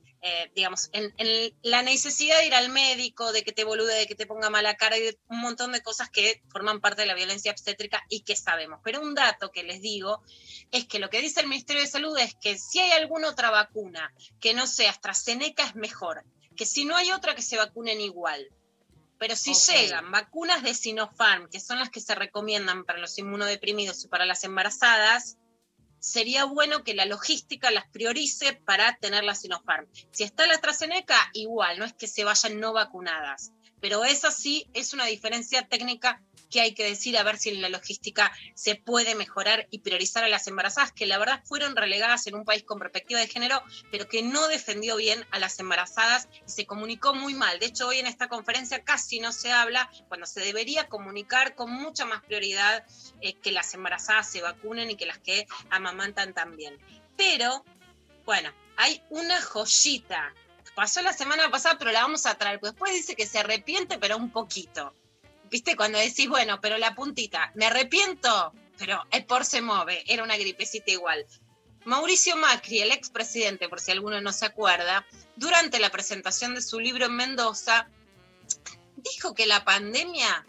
la necesidad de ir al médico, de que te bolude, de que te ponga mala cara, y de un montón de cosas que forman parte de la violencia obstétrica y que sabemos. Pero un dato que les digo es que lo que dice el Ministerio de Salud es que si hay alguna otra vacuna que no sea AstraZeneca es mejor, que si no hay otra que se vacunen igual. Pero si llegan vacunas de Sinopharm, que son las que se recomiendan para los inmunodeprimidos y para las embarazadas, sería bueno que la logística las priorice para tener la Sinopharm. Si está la AstraZeneca, igual, no es que se vayan no vacunadas, pero esa sí es una diferencia técnica que hay que decir, a ver si en la logística se puede mejorar y priorizar a las embarazadas, que la verdad fueron relegadas en un país con perspectiva de género, pero que no defendió bien a las embarazadas y se comunicó muy mal. De hecho, hoy en esta conferencia casi no se habla, cuando se debería comunicar con mucha más prioridad que las embarazadas se vacunen y que las que amamantan también. Pero, bueno, hay una joyita. Pasó la semana pasada, pero la vamos a traer, porque después dice que se arrepiente, pero un poquito. ¿Viste? Cuando decís, bueno, pero la puntita, me arrepiento, pero el por se mueve, era una gripecita igual. Mauricio Macri, el expresidente, por si alguno no se acuerda, durante la presentación de su libro en Mendoza, dijo que la pandemia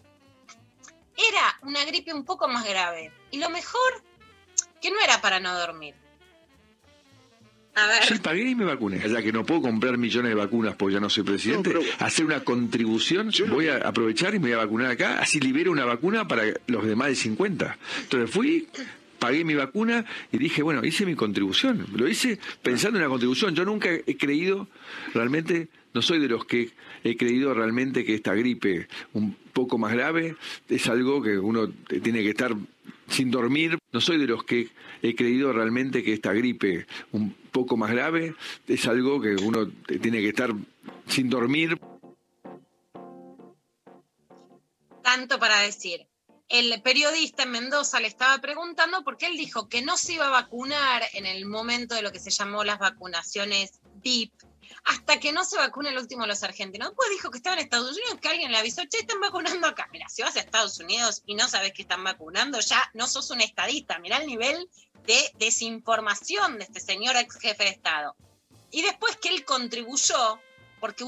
era una gripe un poco más grave. Y lo mejor, que no era para no dormir. A ver. Sí, pagué y me vacuné. Ya que no puedo comprar millones de vacunas porque ya no soy presidente, hacer una contribución, voy a aprovechar y me voy a vacunar acá, así libero una vacuna para los de más de 50. Entonces fui, pagué mi vacuna y dije, bueno, hice mi contribución. Lo hice pensando en una contribución. Yo nunca he creído realmente, no soy de los que he creído realmente que esta gripe un poco más grave es algo que uno tiene que estar sin dormir. No soy de los que he creído realmente que esta gripe un poco más grave es algo que uno tiene que estar sin dormir. Tanto para decir. El periodista en Mendoza le estaba preguntando porque él dijo que no se iba a vacunar en el momento de lo que se llamó las vacunaciones VIP, hasta que no se vacune el último de los argentinos. Después dijo que estaba en Estados Unidos, que alguien le avisó, che, están vacunando acá. Mira, si vas a Estados Unidos y no sabes que están vacunando, ya no sos un estadista. Mirá el nivel de desinformación de este señor ex jefe de Estado. Y después que él contribuyó, porque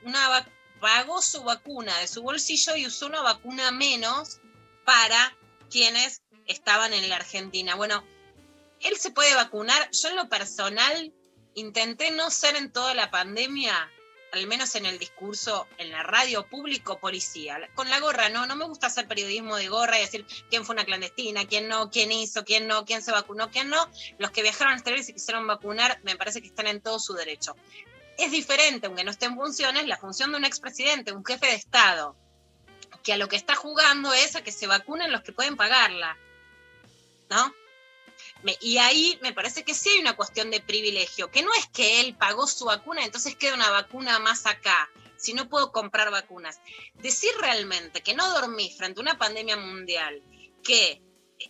pagó su vacuna de su bolsillo y usó una vacuna menos para quienes estaban en la Argentina. Bueno, él se puede vacunar. Yo en lo personal intenté no ser en toda la pandemia, al menos en el discurso, en la radio, público, policía. Con la gorra, no me gusta hacer periodismo de gorra y decir quién fue una clandestina, quién no, quién hizo, quién no, quién se vacunó, quién no. Los que viajaron al exterior y se quisieron vacunar, me parece que están en todo su derecho. Es diferente, aunque no esté en funciones, la función de un expresidente, un jefe de Estado, que a lo que está jugando es a que se vacunen los que pueden pagarla, ¿no? Y ahí me parece que sí hay una cuestión de privilegio, que no es que él pagó su vacuna, entonces queda una vacuna más acá, si no puedo comprar vacunas. Decir realmente que no dormís frente a una pandemia mundial, que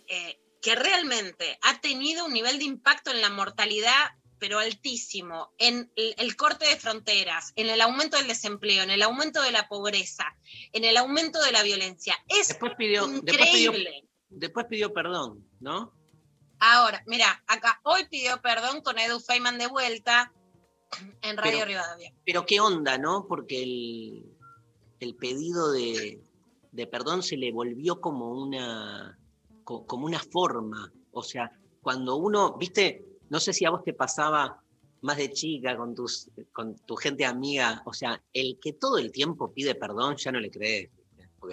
realmente ha tenido un nivel de impacto en la mortalidad, pero altísimo, en el corte de fronteras, en el aumento del desempleo, en el aumento de la pobreza, en el aumento de la violencia, es increíble. Después pidió perdón, ¿no? Ahora, mira, acá hoy pidió perdón con Edu Feynman de vuelta en Radio Rivadavia. Pero qué onda, ¿no? Porque el pedido de perdón se le volvió como una forma. O sea, cuando uno, viste, no sé si a vos te pasaba más de chica con tu gente amiga, o sea, el que todo el tiempo pide perdón ya no le crees. Porque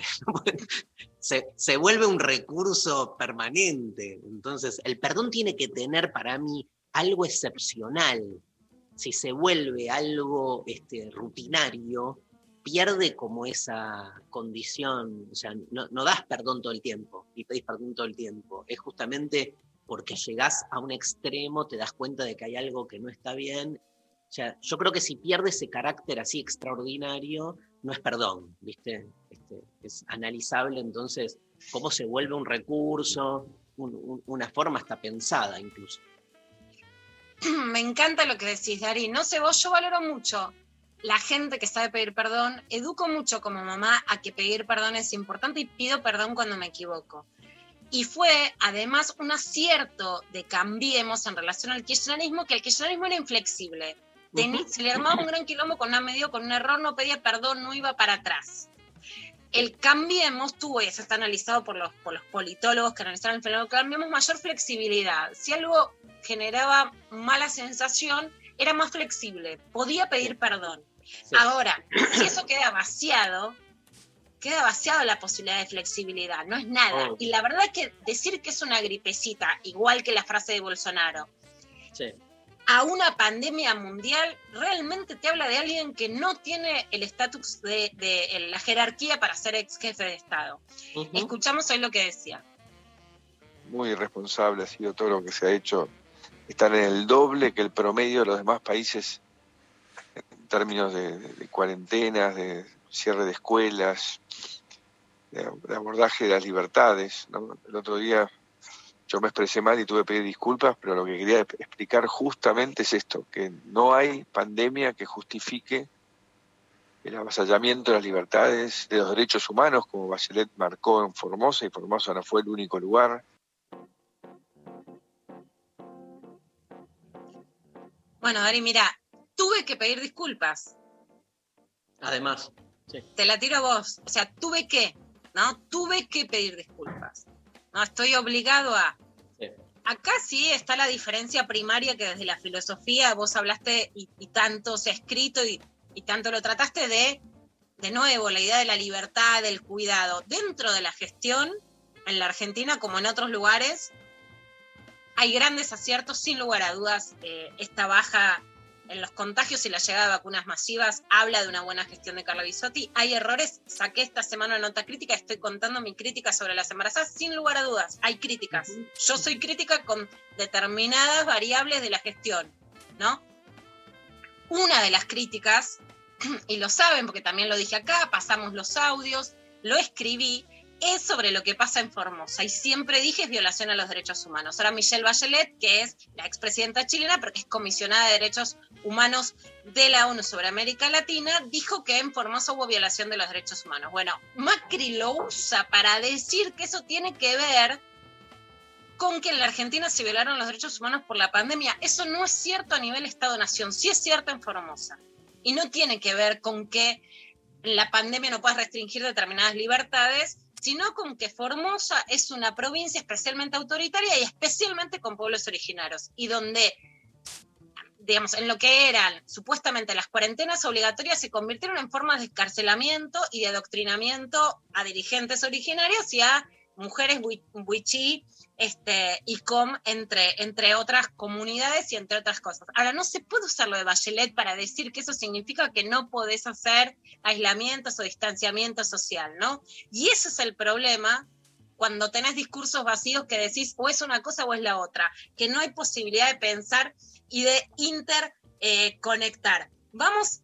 se vuelve un recurso permanente. Entonces, el perdón tiene que tener para mí algo excepcional. Si se vuelve algo rutinario, pierde como esa condición. O sea, no das perdón todo el tiempo y pedís perdón todo el tiempo. Es justamente porque llegás a un extremo, te das cuenta de que hay algo que no está bien. O sea, yo creo que si pierde ese carácter así extraordinario, no es perdón, ¿viste? Es analizable, entonces, cómo se vuelve un recurso, una forma hasta pensada incluso. Me encanta lo que decís, Dari. No sé vos, yo valoro mucho la gente que sabe pedir perdón. Educo mucho como mamá a que pedir perdón es importante y pido perdón cuando me equivoco. Y fue, además, un acierto de Cambiemos en relación al kirchnerismo, que el kirchnerismo era inflexible. Se le armaba un gran quilombo con una medida, con un error, no pedía perdón, no iba para atrás. El Cambiemos tuvo, y eso está analizado por los politólogos que analizaron el fenómeno Cambiemos, mayor flexibilidad. Si algo generaba mala sensación, era más flexible, podía pedir perdón. Sí. Ahora, si eso queda vaciada la posibilidad de flexibilidad, no es nada. Y la verdad es que decir que es una gripecita, igual que la frase de Bolsonaro, sí, a una pandemia mundial, realmente te habla de alguien que no tiene el estatus de la jerarquía para ser ex jefe de Estado. Escuchamos hoy lo que decía. Muy irresponsable ha sido todo lo que se ha hecho. Están en el doble que el promedio de los demás países en términos de cuarentenas, de cierre de escuelas, de abordaje de las libertades, ¿no? El otro día yo me expresé mal y tuve que pedir disculpas, pero lo que quería explicar justamente es esto, que no hay pandemia que justifique el avasallamiento de las libertades, de los derechos humanos, como Bachelet marcó en Formosa, y Formosa no fue el único lugar. Bueno, Dari, mira, tuve que pedir disculpas. Además, sí. Te la tiro a vos. O sea, tuve que pedir disculpas. No, estoy obligado a... Sí. acá sí está la diferencia primaria que desde la filosofía vos hablaste y tanto se ha escrito y tanto lo trataste de nuevo, la idea de la libertad, del cuidado. Dentro de la gestión, en la Argentina como en otros lugares, hay grandes aciertos, sin lugar a dudas. Esta baja en los contagios y la llegada de vacunas masivas habla de una buena gestión de Carla Bisotti. Hay errores, saqué esta semana una nota crítica, estoy contando mi crítica sobre las embarazadas, sin lugar a dudas, hay críticas. Yo soy crítica con determinadas variables de la gestión, ¿no? Una de las críticas, y lo saben porque también lo dije acá, pasamos los audios, lo escribí, es sobre lo que pasa en Formosa, y siempre dije es violación a los derechos humanos. Ahora Michelle Bachelet, que es la expresidenta chilena, pero que es comisionada de derechos humanos de la ONU sobre América Latina, dijo que en Formosa hubo violación de los derechos humanos. Bueno, Macri lo usa para decir que eso tiene que ver con que en la Argentina se violaron los derechos humanos por la pandemia. Eso no es cierto a nivel Estado-Nación, sí es cierto en Formosa. Y no tiene que ver con que la pandemia no pueda restringir determinadas libertades, sino con que Formosa es una provincia especialmente autoritaria y especialmente con pueblos originarios, y donde, digamos, en lo que eran supuestamente las cuarentenas obligatorias se convirtieron en formas de escarcelamiento y de adoctrinamiento a dirigentes originarios y a mujeres wichí, ICOM, entre otras comunidades y entre otras cosas. Ahora, no se puede usar lo de Bachelet para decir que eso significa que no podés hacer aislamientos o distanciamiento social, ¿no? Y ese es el problema cuando tenés discursos vacíos que decís o es una cosa o es la otra, que no hay posibilidad de pensar y de interconectar. Vamos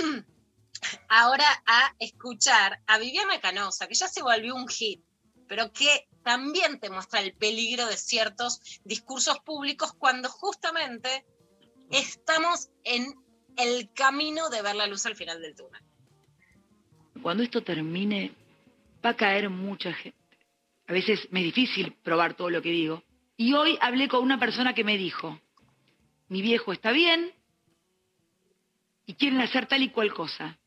ahora a escuchar a Viviana Canosa, que ya se volvió un hit, pero que también te muestra el peligro de ciertos discursos públicos cuando justamente estamos en el camino de ver la luz al final del túnel. Cuando esto termine, va a caer mucha gente. A veces me es difícil probar todo lo que digo. Y hoy hablé con una persona que me dijo, mi viejo está bien y quieren hacer tal y cual cosa.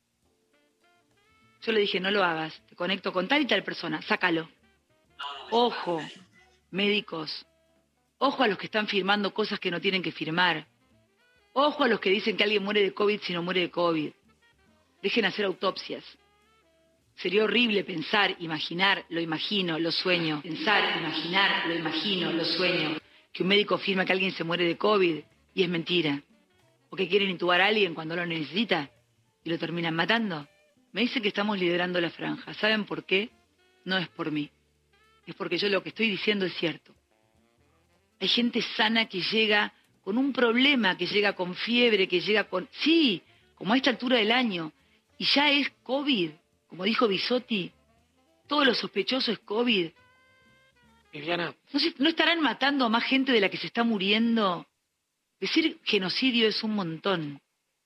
Yo le dije, no lo hagas, te conecto con tal y tal persona, sácalo. Ojo, médicos, ojo a los que están firmando cosas que no tienen que firmar. Ojo a los que dicen que alguien muere de COVID si no muere de COVID. Dejen hacer autopsias. Sería horrible pensar, imaginar, lo imagino, lo sueño. Pensar, imaginar, lo imagino, lo sueño. Que un médico firma que alguien se muere de COVID y es mentira. O que quieren intubar a alguien cuando lo necesita y lo terminan matando. Me dicen que estamos liderando la franja. ¿Saben por qué? No es por mí. Es porque yo lo que estoy diciendo es cierto. Hay gente sana que llega con un problema, que llega con fiebre, que llega con... Sí, como a esta altura del año. Y ya es COVID. Como dijo Bisotti, todo lo sospechoso es COVID. Viviana. ¿No estarán matando a más gente de la que se está muriendo? Decir genocidio es un montón.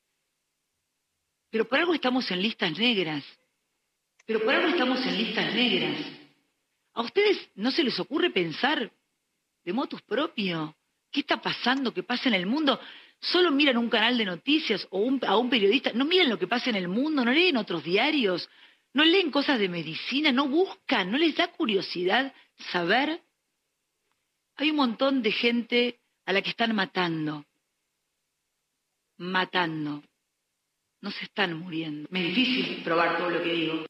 Pero por algo estamos en listas negras. ¿A ustedes no se les ocurre pensar de motus propio? ¿Qué está pasando? ¿Qué pasa en el mundo? Solo miran un canal de noticias o a un periodista. No miran lo que pasa en el mundo, no leen otros diarios, no leen cosas de medicina, no buscan, no les da curiosidad saber. Hay un montón de gente a la que están matando. No se están muriendo. Me es difícil probar todo lo que digo.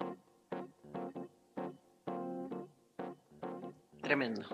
Tremendo.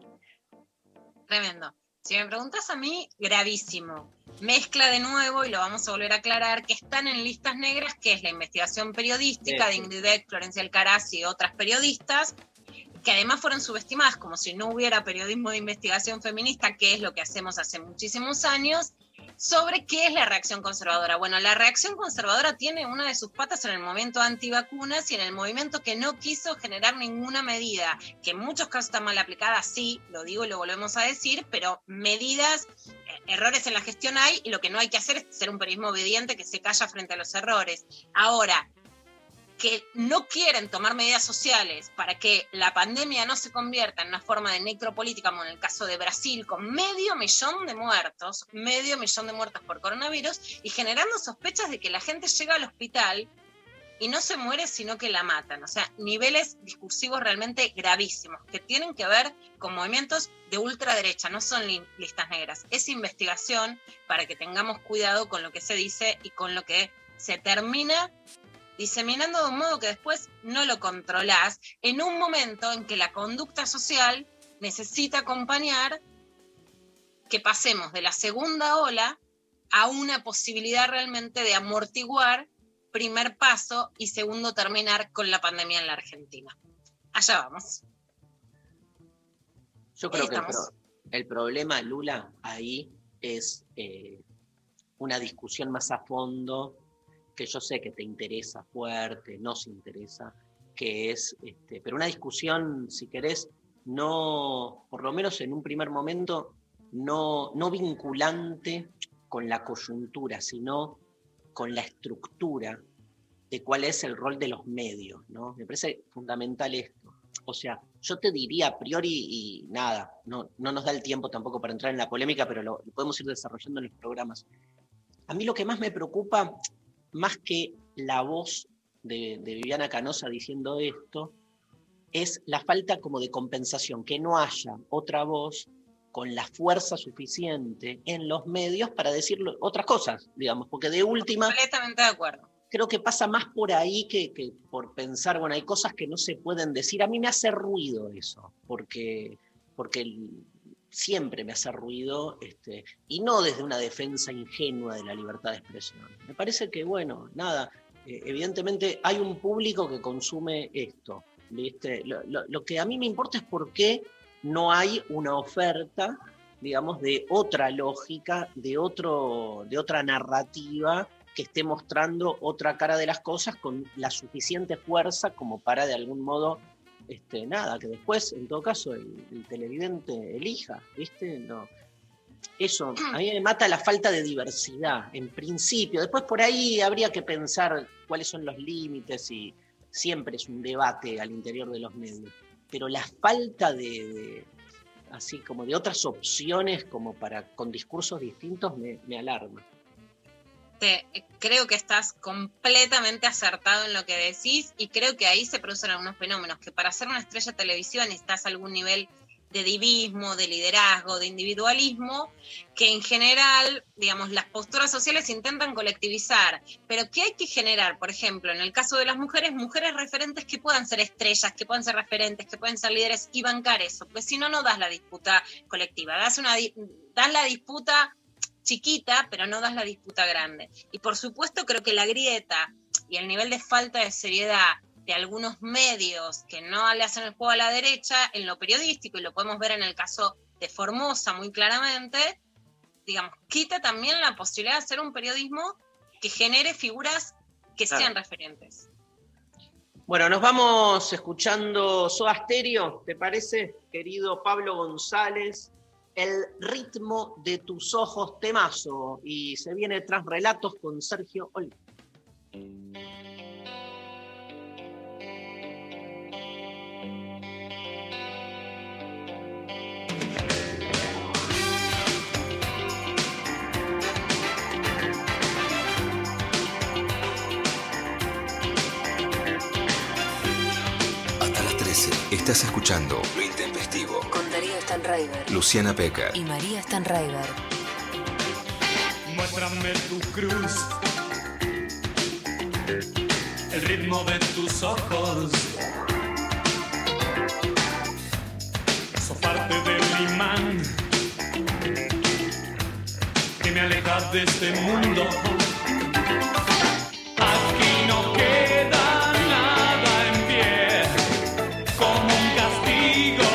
Si me preguntas a mí, gravísimo. Mezcla de nuevo, y lo vamos a volver a aclarar, que están en listas negras, que es la investigación periodística de Ingrid Beck, Florencia Alcaraz y otras periodistas, que además fueron subestimadas, como si no hubiera periodismo de investigación feminista, que es lo que hacemos hace muchísimos años, sobre qué es la reacción conservadora. Bueno, la reacción conservadora tiene una de sus patas en el movimiento antivacunas y en el movimiento que no quiso generar ninguna medida, que en muchos casos está mal aplicada, sí, lo digo y lo volvemos a decir, pero medidas, errores en la gestión hay, y lo que no hay que hacer es ser un periodismo obediente que se calla frente a los errores. Ahora, que no quieren tomar medidas sociales para que la pandemia no se convierta en una forma de necropolítica, como en el caso de Brasil, con 500.000 de muertos, 500.000 de muertos por coronavirus, y generando sospechas de que la gente llega al hospital y no se muere sino que la matan. O sea, niveles discursivos realmente gravísimos que tienen que ver con movimientos de ultraderecha, no son listas negras. Es investigación para que tengamos cuidado con lo que se dice y con lo que se termina diseminando de un modo que después no lo controlás en un momento en que la conducta social necesita acompañar que pasemos de la segunda ola a una posibilidad realmente de amortiguar, primer paso, y segundo, terminar con la pandemia en la Argentina. Allá vamos. Yo creo que el problema, Lula, ahí es una discusión más a fondo, que yo sé que te interesa fuerte, nos interesa, que es, pero una discusión, si querés, no, por lo menos en un primer momento, no vinculante con la coyuntura, sino con la estructura de cuál es el rol de los medios, ¿no? Me parece fundamental esto. O sea, yo te diría a priori, y nada, no nos da el tiempo tampoco para entrar en la polémica, pero lo podemos ir desarrollando en los programas. A mí lo que más me preocupa, más que la voz de Viviana Canosa diciendo esto, es la falta como de compensación, que no haya otra voz con la fuerza suficiente en los medios para decir otras cosas, digamos, porque de última... Completamente de acuerdo. Creo que pasa más por ahí que por pensar, bueno, hay cosas que no se pueden decir. A mí me hace ruido eso, porque siempre me hace ruido, y no desde una defensa ingenua de la libertad de expresión. Me parece que, bueno, nada, evidentemente hay un público que consume esto, ¿viste? Lo que a mí me importa es por qué no hay una oferta, digamos, de otra lógica, de otra narrativa que esté mostrando otra cara de las cosas con la suficiente fuerza como para, de algún modo, nada, que después, en todo caso, el televidente elija, ¿viste? No. Eso, a mí me mata la falta de diversidad, en principio. Después por ahí habría que pensar cuáles son los límites, y siempre es un debate al interior de los medios. Pero la falta así como de otras opciones como con discursos distintos me alarma. Creo que estás completamente acertado en lo que decís, y creo que ahí se producen algunos fenómenos, que para ser una estrella televisiva necesitas algún nivel de divismo, de liderazgo, de individualismo, que en general, digamos, las posturas sociales intentan colectivizar, pero ¿qué hay que generar? Por ejemplo, en el caso de las mujeres referentes que puedan ser estrellas, que puedan ser referentes, que pueden ser líderes, y bancar eso, pues si no, no das la disputa colectiva, das la disputa chiquita, pero no das la disputa grande. Y por supuesto creo que la grieta y el nivel de falta de seriedad de algunos medios que no le hacen el juego a la derecha en lo periodístico, y lo podemos ver en el caso de Formosa muy claramente, digamos, quita también la posibilidad de hacer un periodismo que genere figuras que sean referentes. Bueno, nos vamos escuchando Soda Stereo, ¿te parece, querido Pablo González? El ritmo de tus ojos, temazo, y se viene Tras Relatos con Sergio Oliva. Hasta las 13 estás escuchando Lo Intempestivo Con Darío Stanraiver, Luciana Pecker y María Stanraiver. Muéstrame tu cruz, el ritmo de tus ojos. Sos parte del imán que me aleja de este mundo. Aquí no queda nada en pie, como un castigo.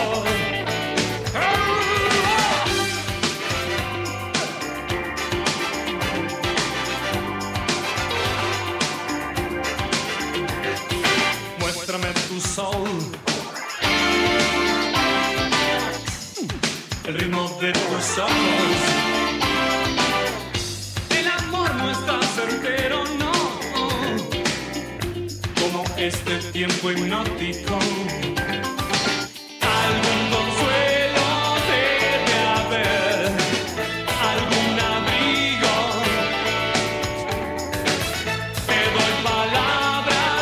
Muéstrame tu sol, el ritmo de tus ojos. El amor no está certero, no, como este tiempo hipnótico. Algún consuelo debe haber, algún abrigo. Te doy palabras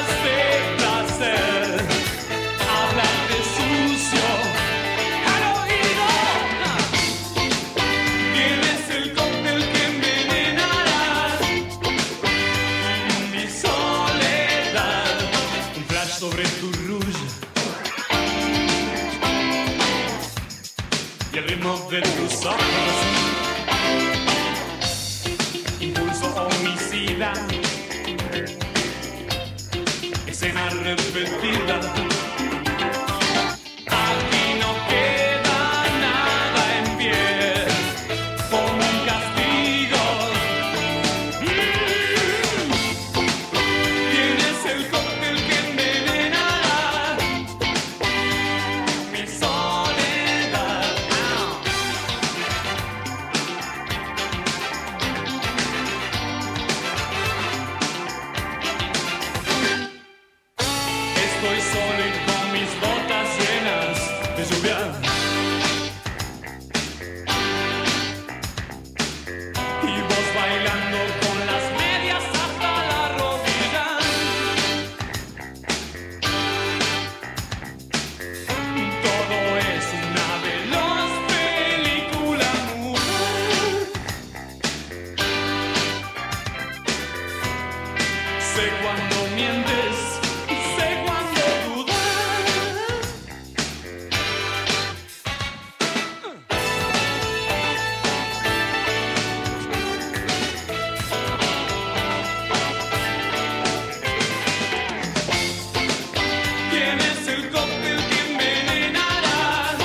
de tus ojos. Impulso homicida, escena repetida. Aquí no queda nada en pie, como un castigo. Tienes el cóctel que envenenará mi soledad. Estoy solo y con mis botas llenas de lluvia. Y vos bailando con las medias hasta la rodilla. Todo es una veloz película muda. Sé cuando mientes, sé cuando dudas. Tienes el cóctel que envenenará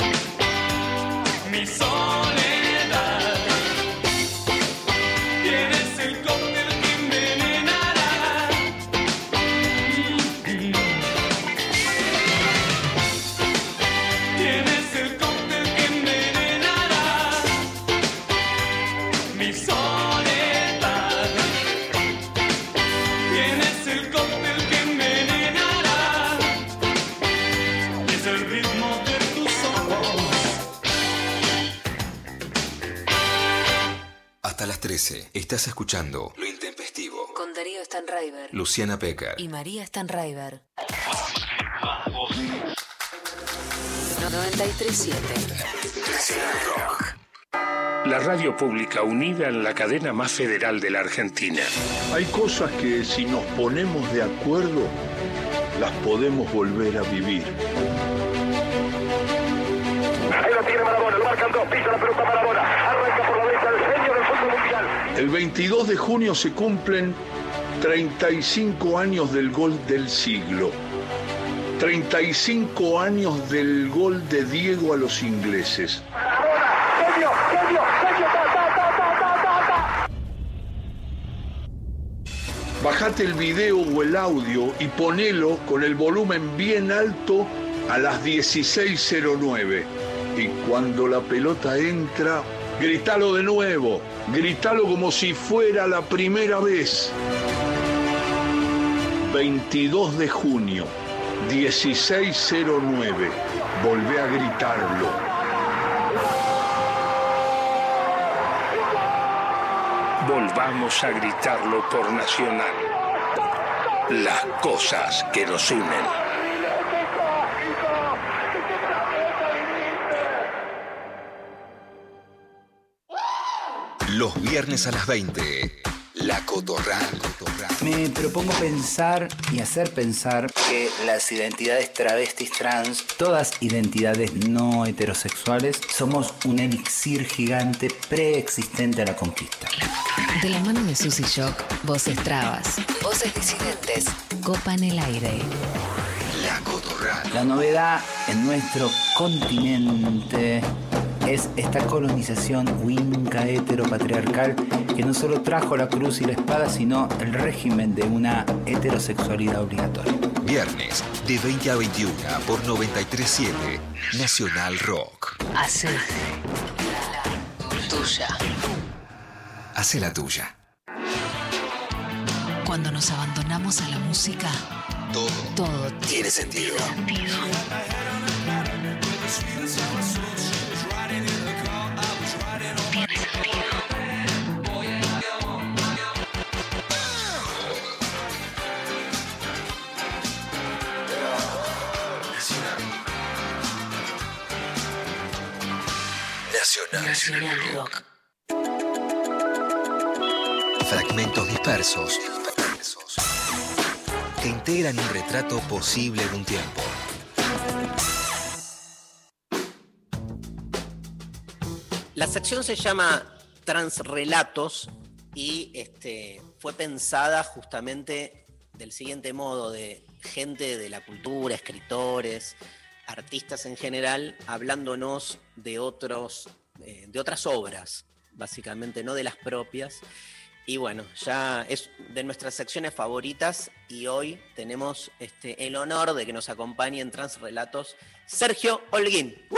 mi soledad. Tienes el cóctel que envenenará. Tienes el cóctel que envenenará mi soledad. Tienes el cóctel que envenenará. Es el ritmo de tus ojos. Hasta las 13 estás escuchando Lo Intempestivo. Con Darío Stanraiver Luciana Pecker. y María Stanraiver. 93.7 La radio pública unida en la cadena más federal de la Argentina. Hay cosas que si nos ponemos de acuerdo, las podemos volver a vivir. Ahí lo tiene Maradona, lo marcan dos, pisa la pelota Maradona, arranca por la derecha el genio del fútbol mundial. El 22 de junio se cumplen 35 años del gol del siglo. 35 años del gol de Diego a los ingleses. Genio, genio, genio, ta, ta, ta, ta, ta, ta. Bajate el video o el audio y ponelo con el volumen bien alto a las 16:09. Y cuando la pelota entra, gritalo de nuevo. Gritalo como si fuera la primera vez. 22 de junio, 16:09. Volvé a gritarlo. Volvamos a gritarlo por Nacional. Las cosas que nos unen. Los viernes a las 20. La Cotorral. Me propongo pensar y hacer pensar que las identidades travestis trans, todas identidades no heterosexuales, somos un elixir gigante preexistente a la conquista. De la mano de Susy Shock, voces trabas, voces disidentes, copan el aire. La Cotorral. La novedad en nuestro continente es esta colonización winca heteropatriarcal que no solo trajo la cruz y la espada, sino el régimen de una heterosexualidad obligatoria. Viernes de 20 a 21 por 93.7 Nacional Rock. Hace tuya. Hace la tuya. Cuando nos abandonamos a la música, todo tiene sentido. Nacional Rock. Fragmentos dispersos que integran un retrato posible de un tiempo. La sección se llama Transrelatos y fue pensada justamente del siguiente modo, de gente de la cultura, escritores, artistas en general, hablándonos de otras obras, básicamente, no de las propias. Y bueno, ya es de nuestras secciones favoritas y hoy tenemos el honor de que nos acompañe en Transrelatos Sergio Holguín. ¡Woo!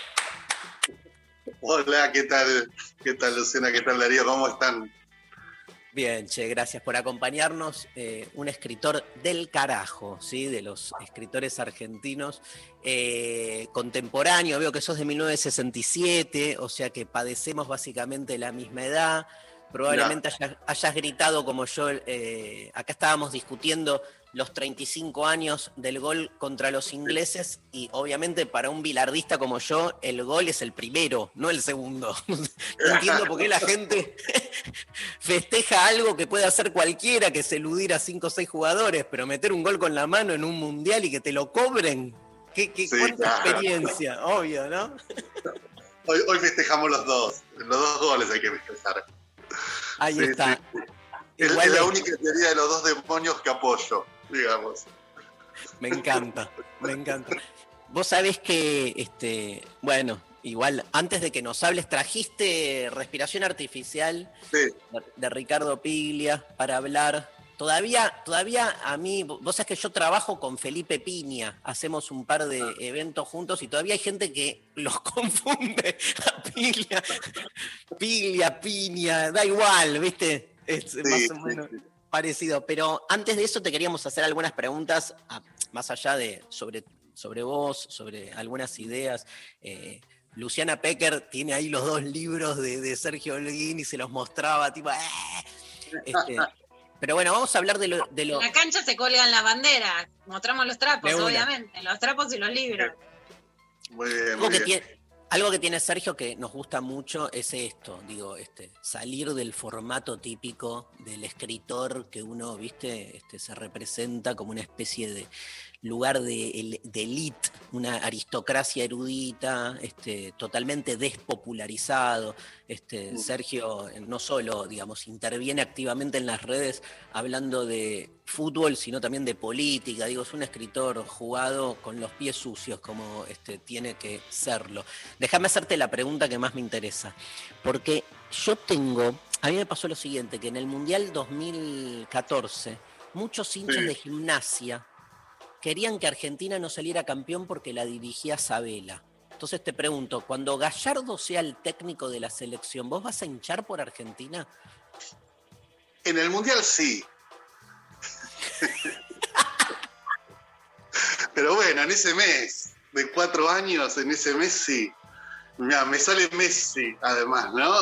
Hola, ¿qué tal? ¿Qué tal, Luciana? ¿Qué tal, Darío? ¿Cómo están? Bien, che, gracias por acompañarnos. Un escritor del carajo, ¿sí? De los escritores argentinos, contemporáneo. Veo que sos de 1967, o sea que padecemos básicamente la misma edad. Probablemente hayas gritado como yo. Acá estábamos discutiendo los 35 años del gol contra los ingleses y obviamente para un bilardista como yo el gol es el primero, no el segundo. No entiendo por qué la gente festeja algo que puede hacer cualquiera, que es eludir a 5 o 6 jugadores, pero meter un gol con la mano en un mundial y que te lo cobren, cuánta experiencia, obvio, ¿no? Hoy festejamos los dos goles hay que festejar. Ahí está. Sí. Es la única teoría de los dos demonios que apoyo, digamos. Me encanta. Vos sabés que, bueno, igual, antes de que nos hables, trajiste Respiración Artificial de Ricardo Piglia para hablar. Todavía a mí, vos sabés que yo trabajo con Felipe Piña, hacemos un par de eventos juntos y todavía hay gente que los confunde a Piglia, Piña, da igual, ¿viste? Es más o menos parecido. Pero antes de eso te queríamos hacer algunas preguntas, más allá de sobre vos, sobre algunas ideas. Luciana Pecker tiene ahí los 2 libros de Sergio Holguín y se los mostraba, tipo... Pero bueno, vamos a hablar de lo... En la cancha se colgan las banderas, mostramos los trapos, obviamente, los trapos y los libros. Muy bien, Algo que tiene Sergio que nos gusta mucho es esto, digo, salir del formato típico del escritor que uno, viste, se representa como una especie de lugar de elite, una aristocracia erudita, totalmente despopularizado. Sergio no solo, digamos, interviene activamente en las redes hablando de fútbol, sino también de política. Digo, es un escritor jugado con los pies sucios, como tiene que serlo. Déjame hacerte la pregunta que más me interesa, porque a mí me pasó lo siguiente, que en el Mundial 2014, muchos hinchas de Gimnasia querían que Argentina no saliera campeón porque la dirigía Sabela. Entonces te pregunto, cuando Gallardo sea el técnico de la selección, ¿vos vas a hinchar por Argentina? En el Mundial sí. Pero bueno, en ese mes de 4 años, en ese mes sí. Mirá, me sale Messi, además, ¿no?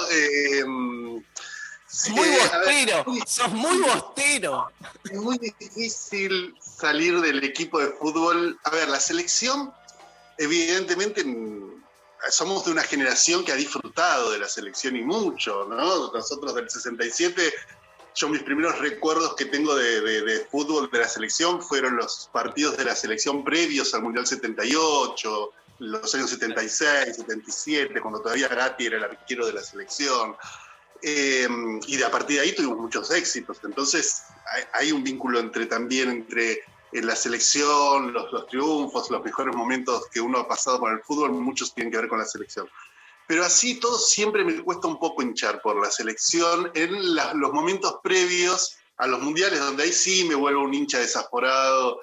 Muy bostero, sos muy bostero. Es muy difícil salir del equipo de fútbol. A ver, la selección, evidentemente, somos de una generación que ha disfrutado de la selección y mucho, ¿no? Nosotros del 67, mis primeros recuerdos que tengo de fútbol de la selección fueron los partidos de la selección previos al Mundial 78, los años 76, 77, cuando todavía Gatti era el arquero de la selección. Y a partir de ahí tuvimos muchos éxitos. Entonces hay un vínculo entre la selección, los triunfos, los mejores momentos que uno ha pasado con el fútbol, muchos tienen que ver con la selección. Pero así todo siempre me cuesta un poco hinchar por la selección en los momentos previos a los mundiales, donde ahí sí me vuelvo un hincha desaforado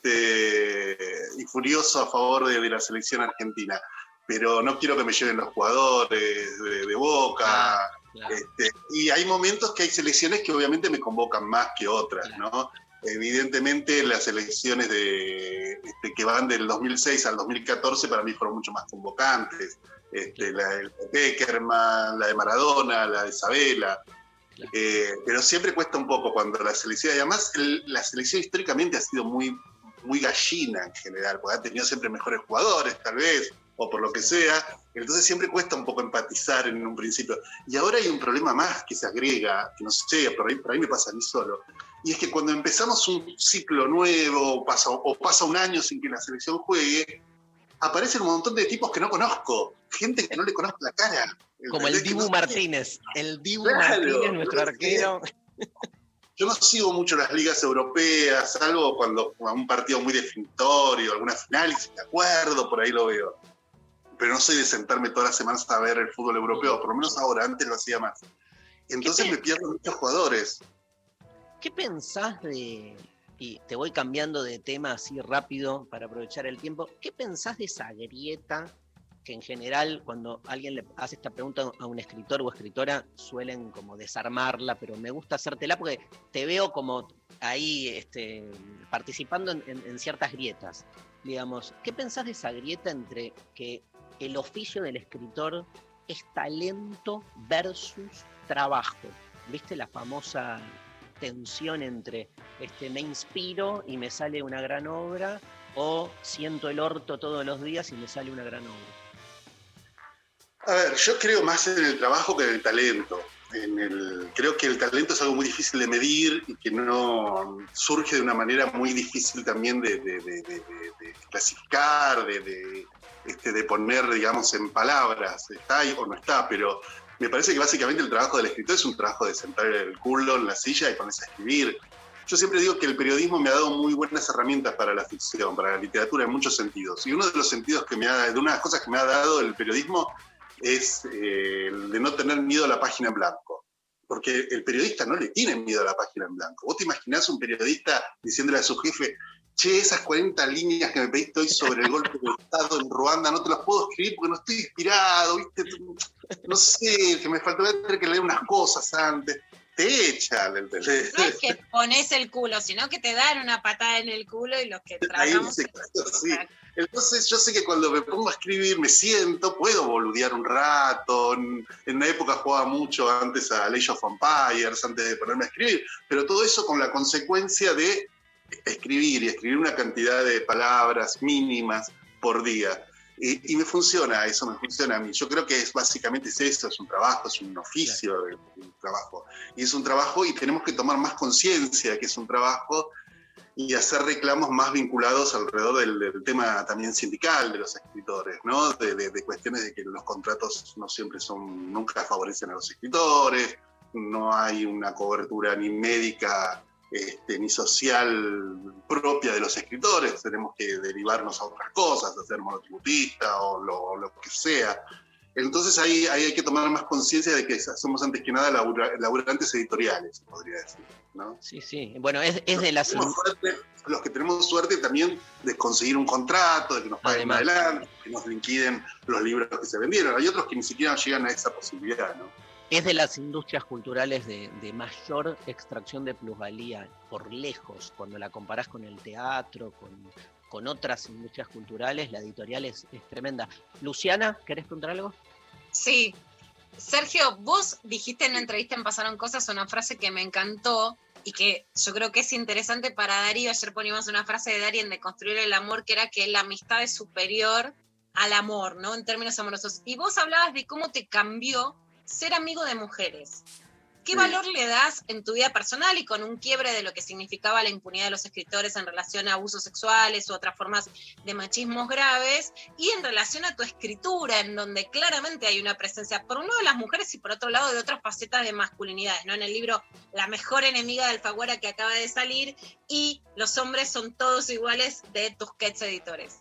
y furioso a favor de la selección argentina. Pero no quiero que me lleven los jugadores de Boca. Claro. Y hay momentos que hay selecciones que obviamente me convocan más que otras, ¿no? Evidentemente las selecciones que van del 2006 al 2014 para mí fueron mucho más convocantes. La de Peckerman, la de Maradona, la de Sabela. Pero siempre cuesta un poco cuando la selección, y además la selección históricamente ha sido muy, muy gallina en general, porque ha tenido siempre mejores jugadores, tal vez, o por lo que sea, entonces siempre cuesta un poco empatizar en un principio. Y ahora hay un problema más que se agrega, que no sé, por ahí me pasa a mí solo, y es que cuando empezamos un ciclo nuevo, o pasa un año sin que la selección juegue, aparecen un montón de tipos que no conozco, gente que no le conozco la cara. Como el Dibu Martínez. El Dibu Martínez, nuestro arquero. Yo no sigo mucho las ligas europeas, salvo cuando un partido muy definitorio, alguna final, y si me acuerdo, por ahí lo veo. Pero no soy de sentarme todas las semanas a ver el fútbol europeo, por lo menos ahora, antes lo hacía más. Entonces me pierdo muchos jugadores. ¿Qué pensás de, y te voy cambiando de tema así rápido para aprovechar el tiempo, ¿qué pensás de esa grieta que en general cuando alguien le hace esta pregunta a un escritor o escritora suelen como desarmarla, pero me gusta hacértela porque te veo como ahí participando en ciertas grietas? Digamos, ¿qué pensás de esa grieta entre que el oficio del escritor es talento versus trabajo? ¿Viste la famosa tensión entre me inspiro y me sale una gran obra, o siento el orto todos los días y me sale una gran obra? A ver, yo creo más en el trabajo que en el talento. Creo que el talento es algo muy difícil de medir y que no surge de una manera muy difícil también de clasificar, de poner, digamos, en palabras. Está ahí o no está, pero me parece que básicamente el trabajo del escritor es un trabajo de sentar el culo en la silla y ponerse a escribir. Yo siempre digo que el periodismo me ha dado muy buenas herramientas para la ficción, para la literatura en muchos sentidos. Y uno de los sentidos de una de las cosas que me ha dado el periodismo es el de no tener miedo a la página en blanco. Porque el periodista no le tiene miedo a la página en blanco. ¿Vos te imaginás un periodista diciéndole a su jefe, che, esas 40 líneas que me pediste hoy sobre el golpe de Estado en Ruanda no te las puedo escribir porque no estoy inspirado, ¿viste? No sé, que me faltó tener que leer unas cosas antes. Te echan del teléfono. No es que pones el culo, sino que te dan una patada en el culo y los que trabajamos... Sí. Entonces yo sé que cuando me pongo a escribir me siento, puedo boludear un rato. En una época jugaba mucho antes a Age of Empires, antes de ponerme a escribir, pero todo eso con la consecuencia de escribir y escribir una cantidad de palabras mínimas por día. Y me funciona, eso me funciona a mí. Yo creo que básicamente es eso, es un trabajo, es un oficio el trabajo. Y es un trabajo y tenemos que tomar más conciencia de que es un trabajo y hacer reclamos más vinculados alrededor del tema también sindical de los escritores, ¿no? De cuestiones de que los contratos no siempre nunca favorecen a los escritores, no hay una cobertura ni médica ni social propia de los escritores, tenemos que derivarnos a otras cosas, a ser monotributista o lo que sea. Entonces ahí hay que tomar más conciencia de que somos antes que nada laburantes editoriales, podría decir, ¿no? Sí, sí. Bueno, es de las... Los que tenemos suerte también de conseguir un contrato, de que nos paguen más adelante, que nos liquiden los libros que se vendieron. Hay otros que ni siquiera llegan a esa posibilidad, ¿no? Es de las industrias culturales de mayor extracción de plusvalía por lejos, cuando la comparás con el teatro, con otras industrias culturales, la editorial es tremenda. Luciana, ¿querés preguntar algo? Sí. Sergio, vos dijiste en una entrevista en Pasaron Cosas una frase que me encantó y que yo creo que es interesante para Darío. Ayer poníamos una frase de Darío en De Construir el Amor, que era que la amistad es superior al amor, ¿no? En términos amorosos. Y vos hablabas de cómo te cambió ser amigo de mujeres. ¿Qué valor le das en tu vida personal y con un quiebre de lo que significaba la impunidad de los escritores en relación a abusos sexuales u otras formas de machismos graves, y en relación a tu escritura, en donde claramente hay una presencia, por un lado de las mujeres y por otro lado de otras facetas de masculinidades, ¿no? En el libro La mejor enemiga de Alfaguara, que acaba de salir, y Los hombres son todos iguales, de Tusquets Editores.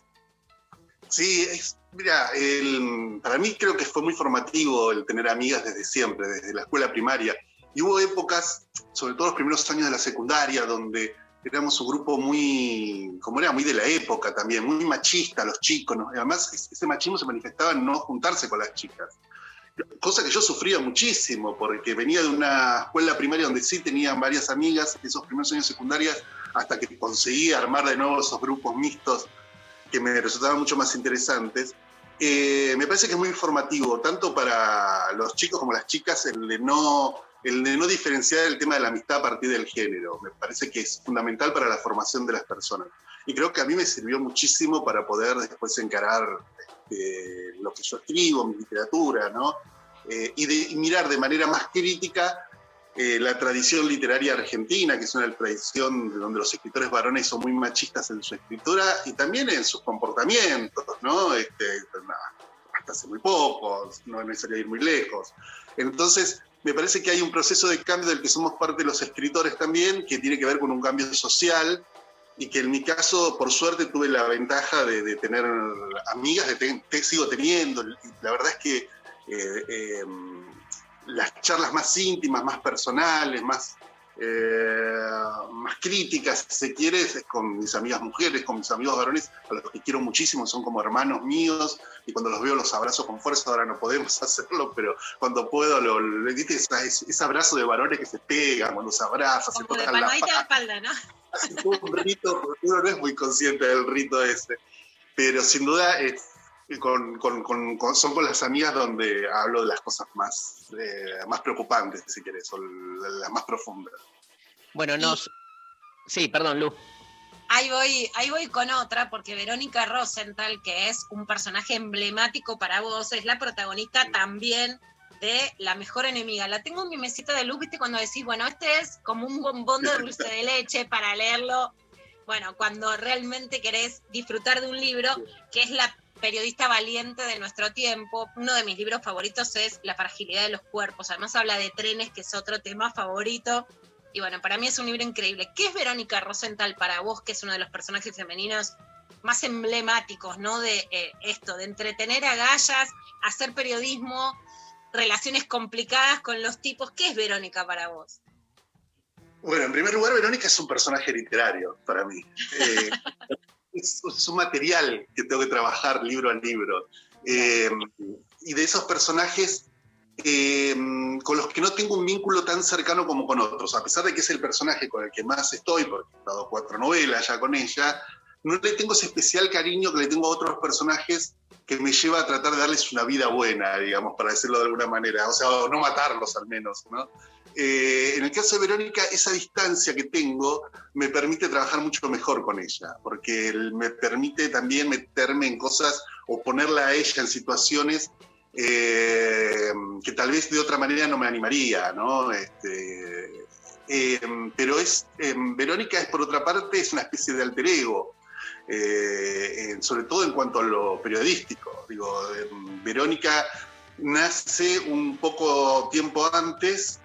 Sí, mira, para mí creo que fue muy formativo el tener amigas desde siempre, desde la escuela primaria. Y hubo épocas, sobre todo los primeros años de la secundaria, donde éramos un grupo muy de la época también, muy machista los chicos, ¿no? Y además ese machismo se manifestaba en no juntarse con las chicas. Cosa que yo sufría muchísimo, porque venía de una escuela primaria donde sí tenían varias amigas esos primeros años secundarias, hasta que conseguí armar de nuevo esos grupos mixtos que me resultaban mucho más interesantes. Me parece que es muy informativo, tanto para los chicos como las chicas, el de no diferenciar el tema de la amistad a partir del género. Me parece que es fundamental para la formación de las personas. Y creo que a mí me sirvió muchísimo para poder después encarar lo que yo escribo, mi literatura, ¿no? Y mirar de manera más crítica la tradición literaria argentina, que es una tradición donde los escritores varones son muy machistas en su escritura y también en sus comportamientos, ¿no? Hasta hace muy poco, no es necesario ir muy lejos. Entonces, me parece que hay un proceso de cambio del que somos parte los escritores también, que tiene que ver con un cambio social, y que en mi caso, por suerte, tuve la ventaja de tener amigas, sigo teniendo. La verdad es que las charlas más íntimas, más personales, más críticas, si se quiere, es con mis amigas mujeres, con mis amigos varones, a los que quiero muchísimo, son como hermanos míos, y cuando los veo los abrazo con fuerza. Ahora no podemos hacerlo, pero cuando puedo, ¿viste? Ese abrazo de varones que se pegan cuando se abrazan, se Como de tocan la palmadita a la espalda, ¿no? un rito, porque uno no es muy consciente del rito ese, pero sin duda son con las amigas donde hablo de las cosas más preocupantes, si querés, o las más profundas. Bueno, Sí, perdón, Lu. Ahí voy con otra, porque Verónica Rosenthal, que es un personaje emblemático para vos, es la protagonista también de La mejor enemiga. La tengo en mi mesita de luz, ¿viste? Cuando decís, bueno, este es como un bombón de dulce de leche para leerlo. Bueno, cuando realmente querés disfrutar de un libro, que es la periodista valiente de nuestro tiempo. Uno de mis libros favoritos es La fragilidad de los cuerpos. Además habla de trenes, que es otro tema favorito. Y bueno, para mí es un libro increíble. ¿Qué es Verónica Rosenthal para vos, que es uno de los personajes femeninos más emblemáticos, ¿no? De esto, de entretener a gallas, hacer periodismo, relaciones complicadas con los tipos. ¿Qué es Verónica para vos? Bueno, en primer lugar, Verónica es un personaje literario para mí. Es un material que tengo que trabajar libro a libro. Y de esos personajes con los que no tengo un vínculo tan cercano como con otros, a pesar de que es el personaje con el que más estoy, porque he dado 4 novelas ya con ella, no le tengo ese especial cariño que le tengo a otros personajes, que me lleva a tratar de darles una vida buena, digamos, para decirlo de alguna manera, o sea, no matarlos al menos, ¿no? En el caso de Verónica, esa distancia que tengo me permite trabajar mucho mejor con ella, porque me permite también meterme en cosas o ponerla a ella en situaciones que tal vez de otra manera no me animaría, ¿no? Pero Verónica es, por otra parte, es una especie de alter ego, sobre todo en cuanto a lo periodístico. Digo, Verónica nace un poco tiempo antes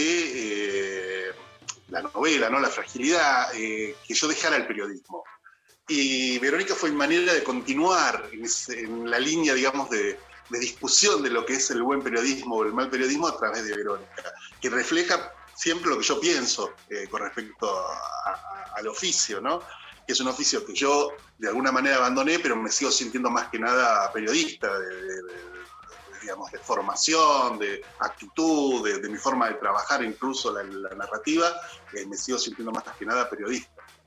de la novela, ¿no? La fragilidad, que yo dejara el periodismo. Y Verónica fue mi manera de continuar en la línea, digamos, de discusión de lo que es el buen periodismo o el mal periodismo a través de Verónica, que refleja siempre lo que yo pienso con respecto al oficio, ¿no? Que es un oficio que yo de alguna manera abandoné, pero me sigo sintiendo más que nada periodista, digamos, de formación, de actitud, de mi forma de trabajar, incluso la narrativa, me sigo sintiendo más que nada periodista.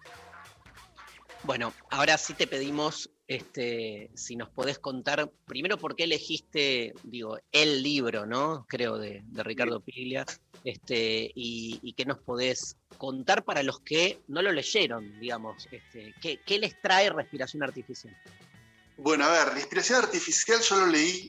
Bueno, ahora sí te pedimos si nos podés contar, primero, por qué elegiste, el libro, ¿no? Creo, de Ricardo Piglia, y qué nos podés contar para los que no lo leyeron, digamos, ¿qué les trae Respiración Artificial? Bueno, a ver, Respiración Artificial yo lo leí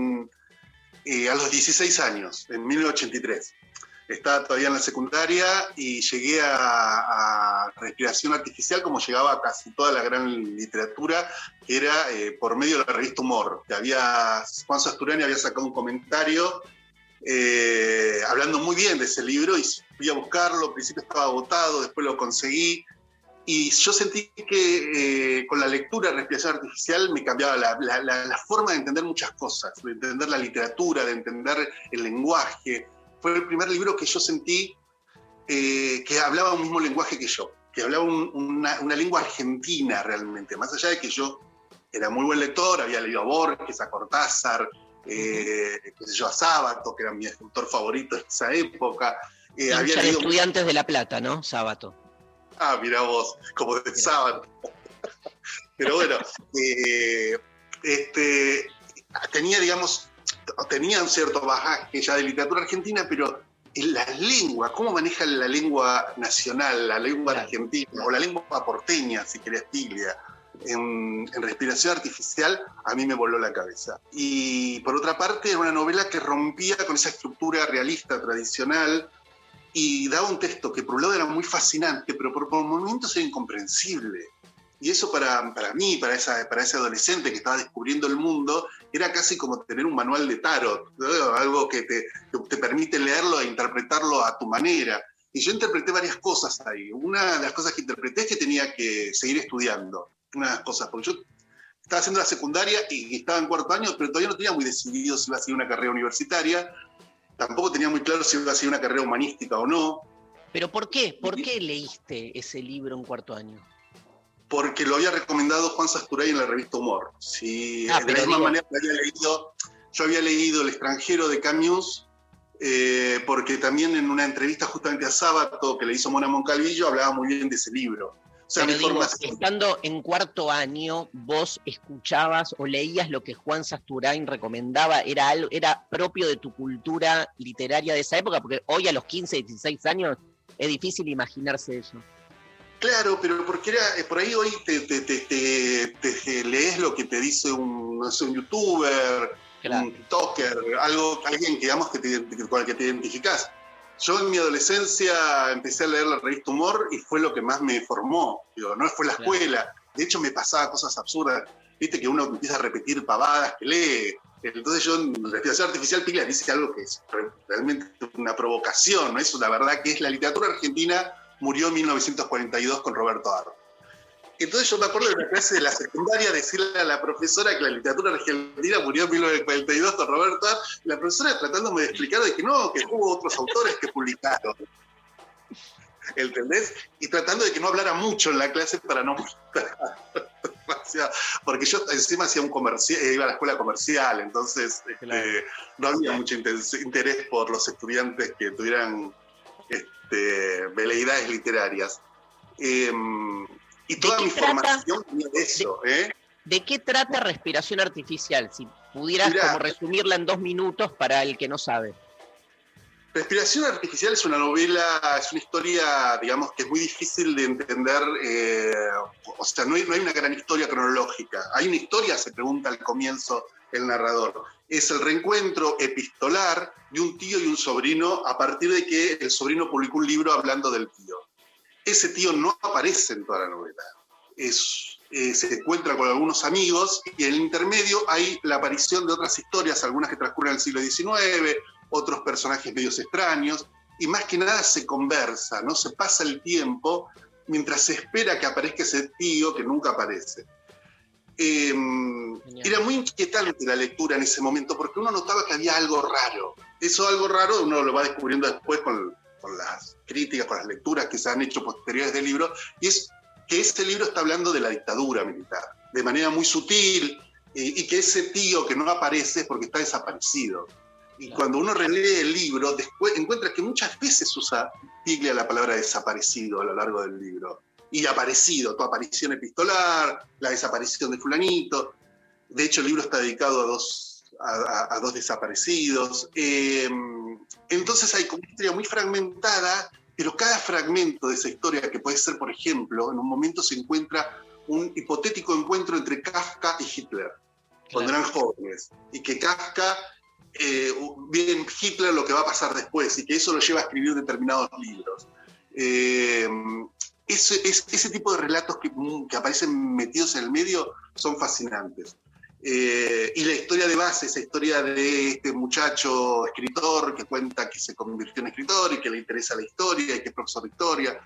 a los 16 años, en 1983. Estaba todavía en la secundaria y llegué a Respiración Artificial como llegaba a casi toda la gran literatura, que era por medio de la revista Humor. Juan Sasturani había sacado un comentario hablando muy bien de ese libro y fui a buscarlo. Al principio estaba agotado, después lo conseguí. Y yo sentí que con la lectura de Respiración Artificial me cambiaba la forma de entender muchas cosas, de entender la literatura, de entender el lenguaje. Fue el primer libro que yo sentí que hablaba un mismo lenguaje que yo, que hablaba una lengua argentina realmente, más allá de que yo era muy buen lector, había leído a Borges, a Cortázar, a Sábato, que era mi escritor favorito en esa época. Había leído Estudiantes de La Plata, ¿no? Sábato. Ah, mirá vos, como de Sábato. Pero bueno, tenía un cierto bagaje ya de literatura argentina, pero en la lengua, cómo maneja la lengua nacional, la lengua argentina, o la lengua porteña, si querés, Piglia, en Respiración Artificial, a mí me voló la cabeza. Y por otra parte, era una novela que rompía con esa estructura realista, tradicional, y daba un texto que por un lado era muy fascinante, pero por momentos era incomprensible. Y eso para mí, para ese adolescente que estaba descubriendo el mundo, era casi como tener un manual de tarot, ¿no? Algo que te permite leerlo e interpretarlo a tu manera. Y yo interpreté varias cosas ahí. Una de las cosas que interpreté es que tenía que seguir estudiando. Una de las cosas, porque yo estaba haciendo la secundaria y estaba en cuarto año, pero todavía no tenía muy decidido si iba a seguir una carrera universitaria. Tampoco tenía muy claro si iba a seguir una carrera humanística o no. ¿Pero por qué? ¿Por qué leíste ese libro en cuarto año? Porque lo había recomendado Juan Sasturey en la revista Humor. Sí, de la pero misma digo- manera que yo había leído El extranjero de Camus, porque también en una entrevista justamente a Sábato que le hizo Mona Moncalvillo hablaba muy bien de ese libro. O sea, Pero mi digo, formación- estando en cuarto año, vos escuchabas o leías lo que Juan Sasturain recomendaba, ¿era propio de tu cultura literaria de esa época? Porque hoy a los 15, 16 años es difícil imaginarse eso. Claro, pero porque por ahí hoy te lees lo que te dice un youtuber, un TikToker, alguien que, digamos, con el que te identificás. Yo en mi adolescencia empecé a leer la revista Humor y fue lo que más me formó. Digo, no fue la escuela. De hecho, me pasaba cosas absurdas. Viste que uno empieza a repetir pavadas que lee. Entonces yo en Respiración Artificial Piglia dice algo que es realmente una provocación, ¿no? Es la verdad que es la literatura argentina murió en 1942 con Roberto Arlt. Entonces yo me acuerdo de una clase de la secundaria decirle a la profesora que la literatura argentina murió en 1942 con Roberto Arlt, y la profesora tratándome de explicar de que no, que hubo otros autores que publicaron. ¿Entendés? Y tratando de que no hablara mucho en la clase para no mostrar demasiado. Porque yo encima hacía un comercial, iba a la escuela comercial, entonces no había mucho interés por los estudiantes que tuvieran veleidades literarias. Y toda mi formación tenía eso. ¿De qué trata Respiración Artificial? Si pudieras como resumirla en 2 minutos para el que no sabe. Respiración Artificial es una novela, es una historia, digamos, que es muy difícil de entender. O sea, no hay una gran historia cronológica. Hay una historia, se pregunta al comienzo el narrador. Es el reencuentro epistolar de un tío y un sobrino a partir de que el sobrino publicó un libro hablando del tío. Ese tío no aparece en toda la novela. Se encuentra con algunos amigos y en el intermedio hay la aparición de otras historias, algunas que transcurren en el siglo XIX, otros personajes medios extraños, y más que nada se conversa, ¿no? Se pasa el tiempo mientras se espera que aparezca ese tío que nunca aparece. Era muy inquietante la lectura en ese momento porque uno notaba que había algo raro. Eso algo raro uno lo va descubriendo después con las críticas, con las lecturas que se han hecho posteriores del libro, y es que ese libro está hablando de la dictadura militar, de manera muy sutil, y que ese tío que no aparece es porque está desaparecido. Y cuando uno relee el libro, después encuentra que muchas veces usa Piglia la palabra desaparecido a lo largo del libro. Y aparecido, tu aparición epistolar, la desaparición de fulanito. De hecho, el libro está dedicado a dos desaparecidos. Entonces hay como una historia muy fragmentada, pero cada fragmento de esa historia, que puede ser, por ejemplo, en un momento se encuentra un hipotético encuentro entre Kafka y Hitler, cuando eran jóvenes, y que Kafka ve en Hitler lo que va a pasar después, y que eso lo lleva a escribir determinados libros. Ese tipo de relatos que aparecen metidos en el medio son fascinantes. Y la historia de base, esa historia de este muchacho escritor que cuenta que se convirtió en escritor y que le interesa la historia y que es profesor de historia,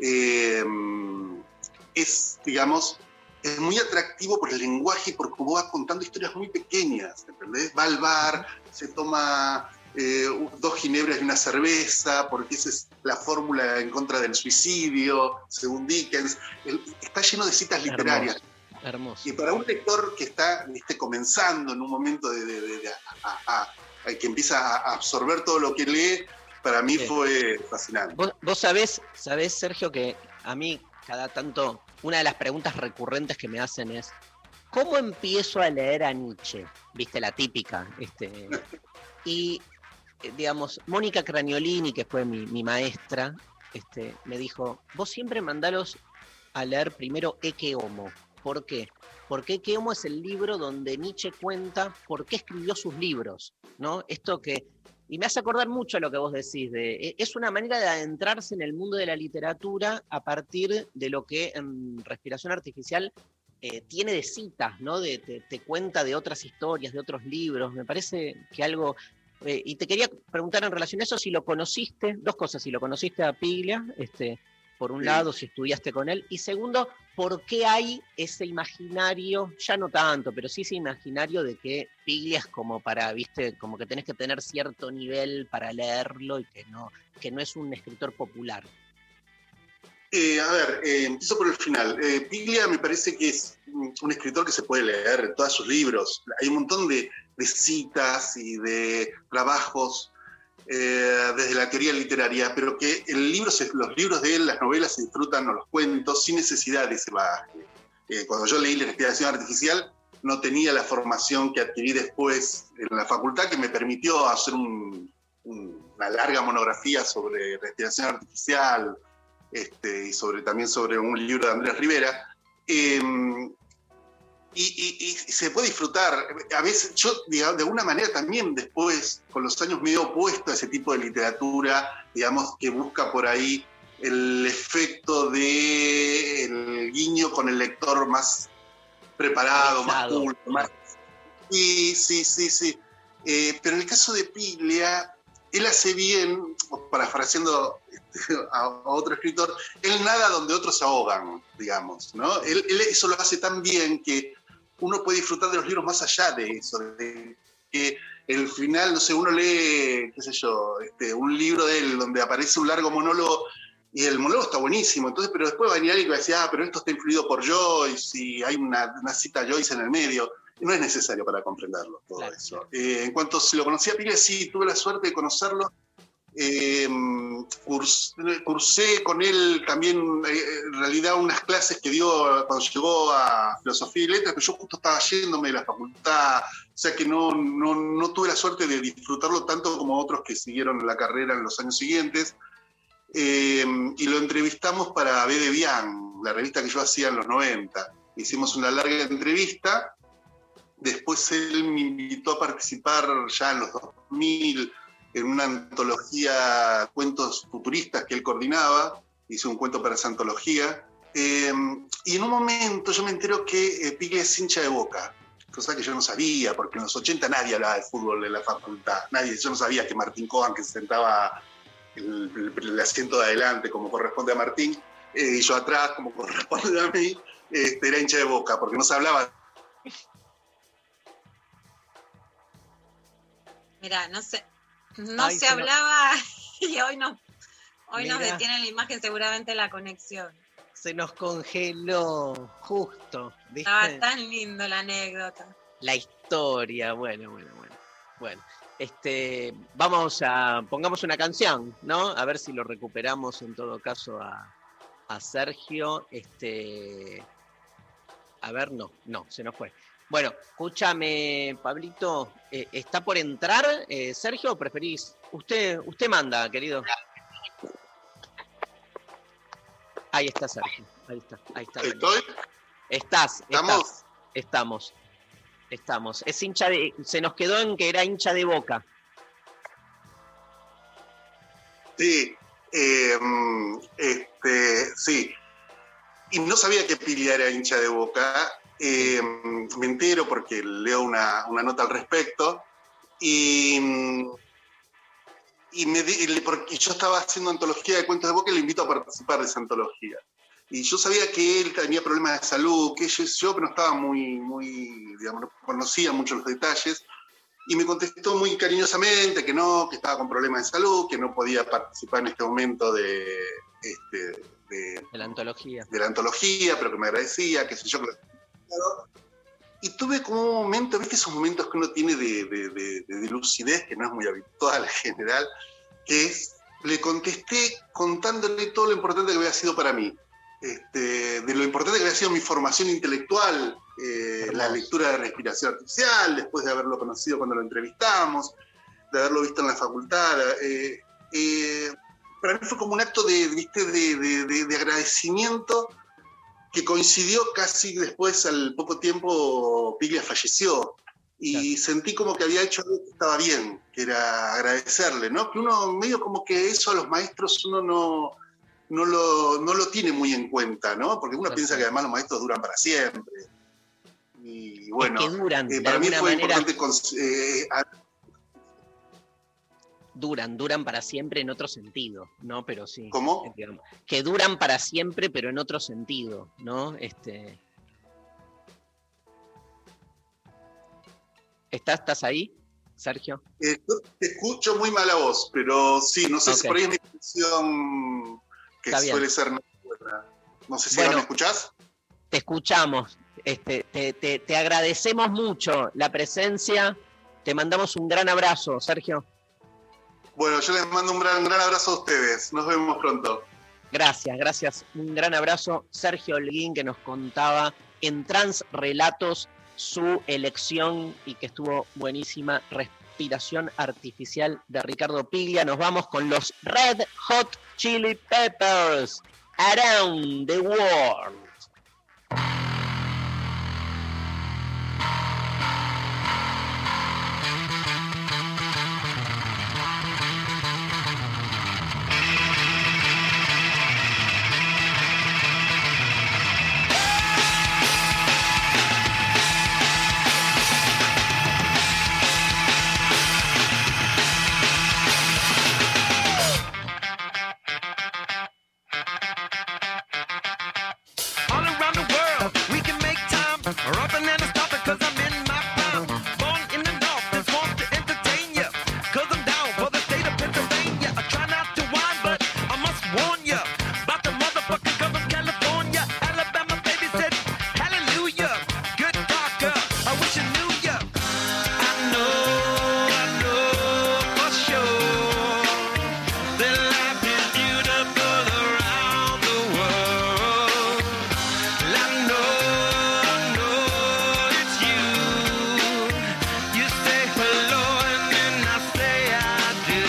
es, digamos, es muy atractivo por el lenguaje y porque va contando historias muy pequeñas, ¿entendés? Va al bar, se toma 2 ginebras y una cerveza, porque esa es la fórmula en contra del suicidio, según Dickens. Está lleno de citas literarias. Hermoso. Y para un lector que está comenzando en un momento que empieza a absorber todo lo que lee, para mí fue fascinante. Vos sabés, Sergio, que a mí cada tanto una de las preguntas recurrentes que me hacen es ¿cómo empiezo a leer a Nietzsche? Viste, la típica. Y, digamos, Mónica Craniolini, que fue mi maestra, me dijo, vos siempre mandalos a leer primero Ecce Homo. ¿Por qué? Porque Ecce Homo es el libro donde Nietzsche cuenta por qué escribió sus libros, ¿no? Esto que Y me hace acordar mucho a lo que vos decís, es una manera de adentrarse en el mundo de la literatura a partir de lo que en Respiración Artificial tiene de citas, ¿no? Te cuenta de otras historias, de otros libros. Me parece que algo... y te quería preguntar en relación a eso, si lo conociste, dos cosas, si lo conociste a Piglia, por un lado, si estudiaste con él, y segundo, ¿por qué hay ese imaginario, ya no tanto, pero sí ese imaginario de que Piglia es como para, viste, como que tenés que tener cierto nivel para leerlo y que no es un escritor popular? Empiezo por el final. Piglia me parece que es un escritor que se puede leer en todos sus libros. Hay un montón de citas y de trabajos desde la teoría literaria, pero que los libros de él, las novelas se disfrutan, o los cuentos, sin necesidad de ese bagaje. Cuando yo leí La Respiración Artificial, no tenía la formación que adquirí después en la facultad, que me permitió hacer una larga monografía sobre respiración artificial, y también sobre un libro de Andrés Rivera. Y se puede disfrutar. A veces yo, digamos, de alguna manera también después, con los años, me he opuesto a ese tipo de literatura, digamos, que busca por ahí el efecto del guiño con el lector más preparado, más culto, más... Sí. Pero en el caso de Piglia, él hace bien, parafraseando a otro escritor, él nada donde otros se ahogan, digamos, ¿no? Él eso lo hace tan bien que uno puede disfrutar de los libros más allá de eso, de que el final, no sé, uno lee, qué sé yo, un libro de él donde aparece un largo monólogo y el monólogo está buenísimo, entonces, pero después va a venir alguien que va a decir, pero esto está influido por Joyce y hay una cita a Joyce en el medio. No es necesario para comprenderlo todo eso. En cuanto si lo conocí a Piglia, sí, tuve la suerte de conocerlo. Cursé con él también, en realidad, unas clases que dio cuando llegó a Filosofía y Letras, pero yo justo estaba yéndome de la facultad, o sea que no tuve la suerte de disfrutarlo tanto como otros que siguieron la carrera en los años siguientes. Y lo entrevistamos para B. Devián, la revista que yo hacía en los 90. Hicimos una larga entrevista. Después él me invitó a participar ya en los 2000 en una antología, cuentos futuristas que él coordinaba. Hice un cuento para esa antología. Y en un momento yo me entero que Piglia es hincha de Boca, cosa que yo no sabía, porque en los 80 nadie hablaba de fútbol en la facultad. Yo no sabía que Martín Coban, que se sentaba en el asiento de adelante, como corresponde a Martín, y yo atrás, como corresponde a mí, era hincha de Boca, porque no se hablaba. Mirá, no se hablaba y hoy nos detiene la imagen, seguramente la conexión. Se nos congeló, justo, ¿viste? Estaba tan lindo la anécdota. La historia, bueno. Pongamos una canción, ¿no? A ver si lo recuperamos en todo caso a Sergio. A ver, no, se nos fue. Bueno, escúchame, Pablito, ¿está por entrar Sergio o preferís? Usted manda, querido. Ahí está Sergio, ahí está. ¿Estoy? Estamos. Es hincha se nos quedó en que era hincha de Boca. Sí, sí. Y no sabía que Piglia era hincha de Boca. Me entero porque leo una nota al respecto porque yo estaba haciendo antología de cuentos de Boca y le invito a participar de esa antología. Y yo sabía que él tenía problemas de salud, que yo no estaba muy, digamos, no conocía mucho los detalles, y me contestó muy cariñosamente que estaba con problemas de salud, que no podía participar en este momento de la antología. De la antología, pero que me agradecía, qué sé yo. Y tuve como un momento, ¿viste esos momentos que uno tiene de lucidez, que no es muy habitual en general? Que le contesté contándole todo lo importante que había sido para mí. De lo importante que había sido mi formación intelectual, la lectura de Respiración Artificial, después de haberlo conocido cuando lo entrevistamos, de haberlo visto en la facultad. Para mí fue como un acto de agradecimiento que coincidió casi después, al poco tiempo, Piglia falleció. y sentí como que había hecho algo que estaba bien, que era agradecerle, ¿no? Que uno medio como que eso a los maestros uno no lo tiene muy en cuenta, ¿no? Porque uno piensa que además los maestros duran para siempre. Y bueno, es que duran, para mí fue manera, importante... duran para siempre en otro sentido, ¿no? Pero sí. ¿Cómo? Digamos, que duran para siempre, pero en otro sentido, ¿no? ¿Estás ahí, Sergio? Te escucho muy mala voz, pero sí, no sé si Ok. por ahí es mi expresión que Está bien. suele ser no buena. No sé si Bueno, ahora me escuchás. Te escuchamos, te agradecemos mucho la presencia, te mandamos un gran abrazo, Sergio. Bueno, yo les mando un gran abrazo a ustedes. Nos vemos pronto. Gracias, un gran abrazo. Sergio Holguín, que nos contaba en Transrelatos su elección y que estuvo buenísima, Respiración Artificial de Ricardo Piglia. Nos vamos con los Red Hot Chili Peppers, Around the World. All around the world, we can make time. Rapping and stopping cause I'm in my prime. Born in the north, just want to entertain ya. Cause I'm down for the state of Pennsylvania. I try not to whine, but I must warn ya. About the motherfucking girls from California. Alabama baby said, hallelujah. Good talker, I wish I knew ya. I know for sure that life is beautiful around the world. I know it's you. You say hello and then I say I do.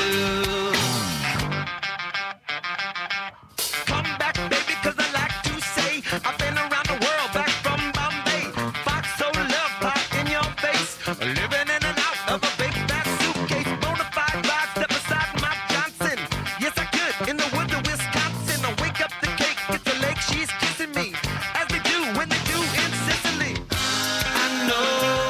Come back, baby, cause I like to say I've been around the world, back from Bombay. Fox so love pie in your face. Living in and out of a big fat suitcase. Bonafide ride, step aside my Johnson. Yes, I could, in the woods of Wisconsin. I wake up the cake, it's the lake, she's kissing me. As they do when they do in Sicily. I know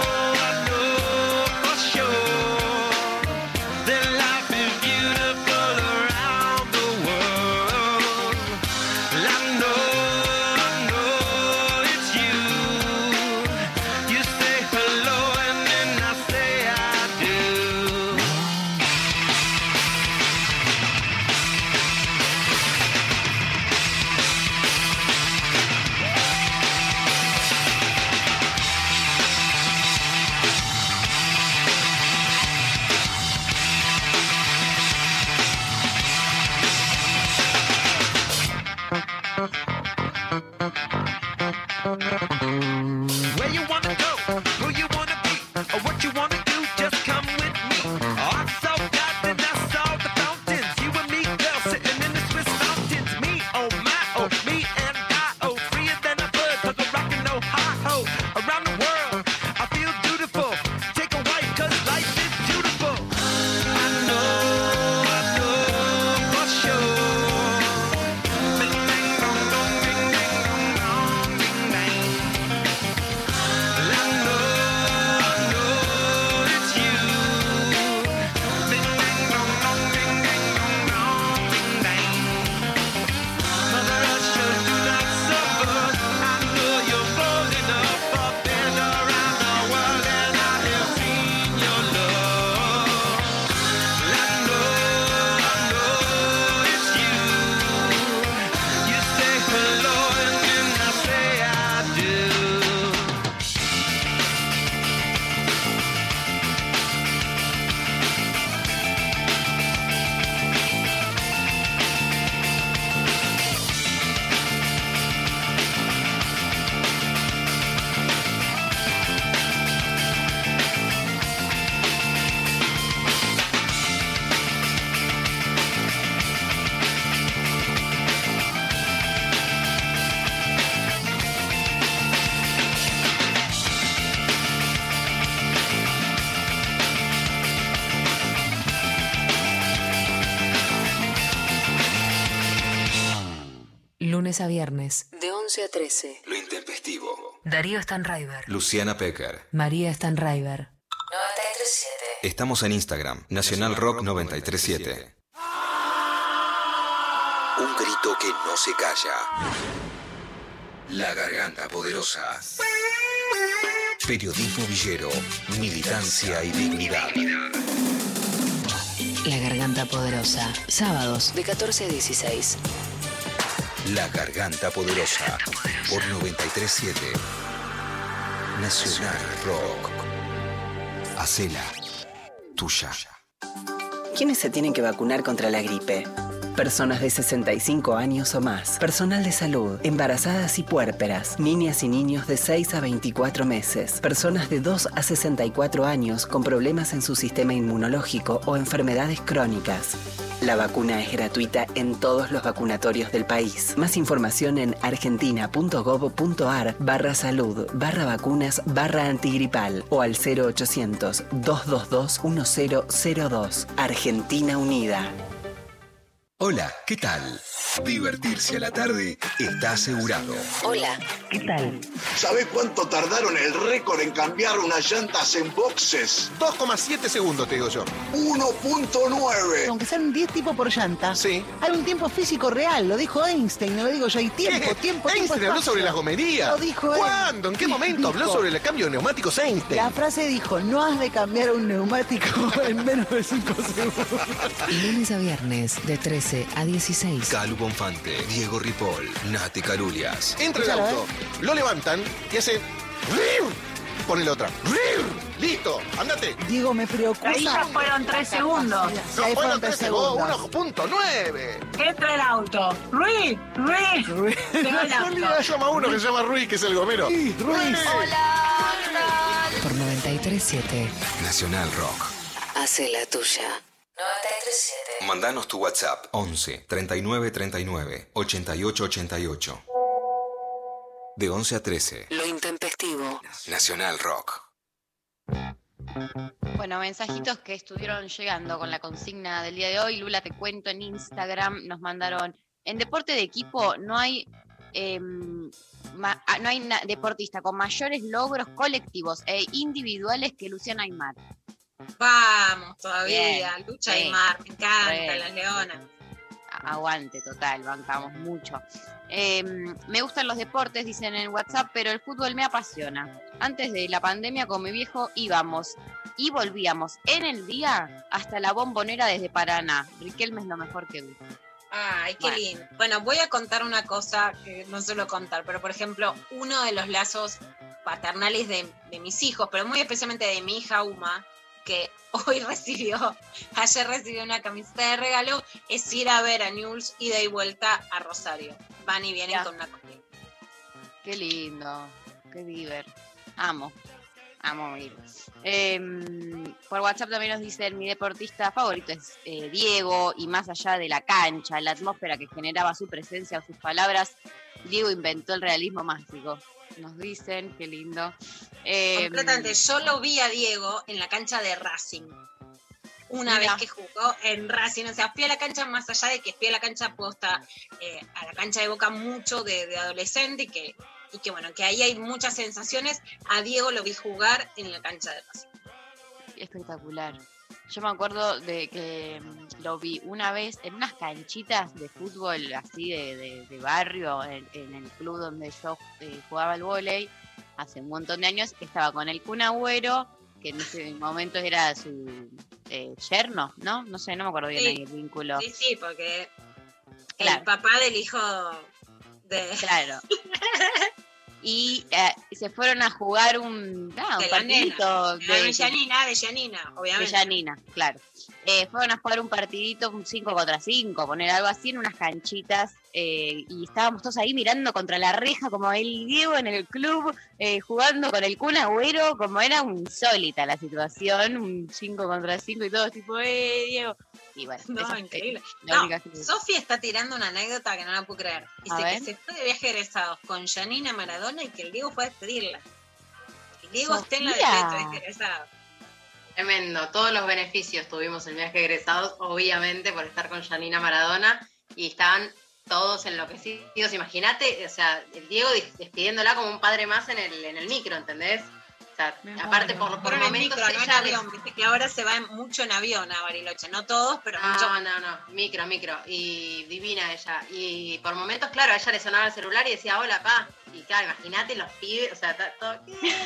for sure that life is beautiful around the world. I know it's you. You say hello and then I say I do. Where you wanna go, who you wanna be, or what you wanna do, just come with me. I saw God and I saw the fountains. You and me, girl, sitting in the Swiss mountains. Me, oh my, oh me and I, oh freer than a bird, cause we're rockin' no hi-ho. Around the world, I feel beautiful. Take a wife, cause life is beautiful. I know for sure. Bing, bang, dong, dong, ding, ding, dong, dong, ding, bang. I know lunes a viernes. De 11 a 13. Lo intempestivo. Darío Stanraiver. Luciana Pecker. María Stanraiver. 937. Estamos en Instagram. Nacional Rock 937. Un grito que no se calla. La garganta poderosa. Periodismo villero. Militancia y dignidad. La garganta poderosa. Sábados de 14 a 16. La garganta poderosa. Por 937. Nacional Rock. Hacela tuya. ¿Quiénes se tienen que vacunar contra la gripe? Personas de 65 años o más, personal de salud, embarazadas y puérperas, niñas y niños de 6 a 24 meses, personas de 2 a 64 años con problemas en su sistema inmunológico o enfermedades crónicas. La vacuna es gratuita en todos los vacunatorios del país. Más información en argentina.gov.ar/salud/vacunas/antigripal o al 0800-222-1002. Argentina Unida. Hola, ¿qué tal? Divertirse a la tarde está asegurado. Hola, ¿qué tal? ¿Sabés cuánto tardaron el récord en cambiar unas llantas en boxes? 2,7 segundos, te digo yo. 1.9. Aunque sean 10 tipos por llanta, sí, hay un tiempo físico real, lo dijo Einstein, no lo digo yo, hay tiempo. Einstein habló sobre las gomerías. Lo dijo él. ¿Cuándo? ¿En qué momento habló sobre el cambio de neumáticos Einstein? La frase dijo, no has de cambiar un neumático en menos de 5 segundos. Lunes a viernes de 13 a 16. Calu Bonfante, Diego Ripoll, Nati Carulias. Entra el auto, lo levantan y hace... Ponele otra. ¡Listo! ¡Andate! Diego, me preocupa. Ahí ya fueron 3 segundos. Sí, ahí fueron 3 segundos. 1.9. Entra el auto. Ruiz. Se va el auto. Llama uno que se llama Ruiz, que es el gomero. Sí, Ruiz. Hola, Por 937. Nacional Rock. Hace la tuya. 937. Mandanos tu WhatsApp 11 39 39 88 88. De 11 a 13. Lo intempestivo. Nacional Rock. Bueno, mensajitos que estuvieron llegando con la consigna del día de hoy. Lula, te cuento, en Instagram nos mandaron: en deporte de equipo no hay deportista con mayores logros colectivos e individuales que Luciana Aymar. Vamos, todavía, Bien, lucha sí, Aymar, me encanta, re. las leonas. Aguante, total, bancamos mucho. Me gustan los deportes, dicen en WhatsApp, pero el fútbol me apasiona. Antes de la pandemia con mi viejo íbamos y volvíamos en el día hasta la Bombonera desde Paraná. Riquelme es lo mejor que vi. Ay, qué lindo. Bueno, voy a contar una cosa que no suelo contar, pero por ejemplo, uno de los lazos paternales de mis hijos, pero muy especialmente de mi hija Uma, que ayer recibió una camiseta de regalo, es ir a ver a Newell's ida y vuelta a Rosario. Van y vienen con una comida. Qué lindo, qué diver. Amo ir. Por WhatsApp también nos dicen: mi deportista favorito es Diego, y más allá de la cancha, la atmósfera que generaba su presencia o sus palabras, Diego inventó el realismo mágico. Nos dicen, qué lindo. Completamente. Yo lo vi a Diego en la cancha de Racing. Una vez que jugó en Racing. O sea, fui a la cancha, más allá de que fui a la cancha posta, a la cancha de Boca mucho de adolescente, y que bueno, que ahí hay muchas sensaciones. A Diego lo vi jugar en la cancha de Racing. Espectacular. Yo me acuerdo de que lo vi una vez en unas canchitas de fútbol así de barrio, en el club donde yo jugaba al vóley hace un montón de años. Estaba con el Kun Agüero, que en ese momento era su yerno, ¿no? No sé, no me acuerdo bien ahí el vínculo. Sí, porque el papá del hijo de... Claro. Y se fueron a jugar un partidito de Yanina, obviamente. De Yanina, claro. Fueron a jugar un partidito, un 5 contra 5, poner algo así en unas canchitas, y estábamos todos ahí mirando contra la reja, como el Diego en el club, jugando con el Kun Agüero, como era insólita la situación, un 5 contra 5 y todos tipo, Diego. Y bueno, no, increíble. Sofía está tirando una anécdota que no la puedo creer. Dice que se fue de viaje egresados con Yanina Maradona y que el Diego fue a despedirla. El Diego está en la de egresados. Tremendo, todos los beneficios tuvimos el viaje egresados, obviamente por estar con Yanina Maradona, y estaban todos enloquecidos. Imagínate, o sea, el Diego despidiéndola como un padre más en el micro, ¿entendés? O sea, aparte por Pero en el momentos micro, no en ella avión, viste que ahora se va mucho en avión a Bariloche, no todos, pero mucho. No, micro, y divina ella. Y por momentos, claro, a ella le sonaba el celular y decía, hola, pa. Y claro, imagínate los pibes, o sea, todo...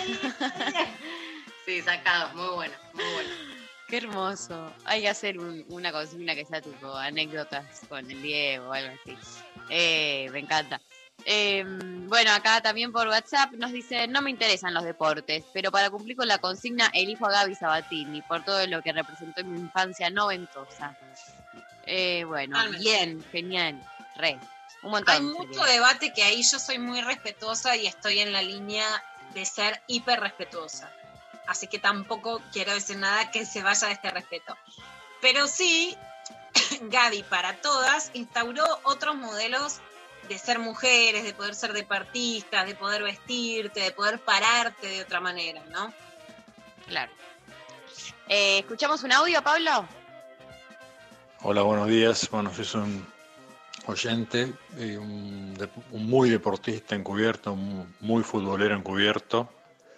Sí, sacados, muy bueno, muy bueno. Qué hermoso. Hay que hacer una consigna que sea tipo anécdotas con el Diego o algo así. Me encanta. Bueno, acá también por WhatsApp nos dice, no me interesan los deportes, pero para cumplir con la consigna elijo a Gaby Sabatini por todo lo que representó en mi infancia noventosa. Bueno, bien, genial, un montón. Hay mucho debate que ahí yo soy muy respetuosa y estoy en la línea de ser hiper respetuosa. Así que tampoco quiero decir nada que se vaya de este respeto. Pero sí, Gaby, para todas, instauró otros modelos de ser mujeres, de poder ser deportistas, de poder vestirte, de poder pararte de otra manera, ¿no? Claro. ¿Escuchamos un audio, Pablo? Hola, buenos días. Bueno, yo soy un oyente, un muy deportista encubierto, muy futbolero encubierto.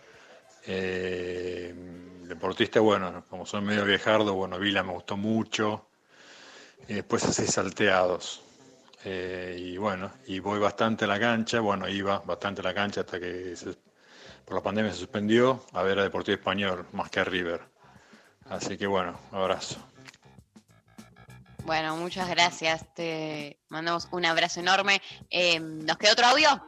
Deportista, bueno, como soy medio viejardo, bueno, Vila me gustó mucho. Y después hacé salteados. Y bueno, y voy bastante a la cancha, bueno, iba bastante a la cancha hasta que por la pandemia se suspendió a ver a Deportivo Español, más que a River. Así que bueno, abrazo. Bueno, muchas gracias, te mandamos un abrazo enorme. ¿Nos queda otro audio?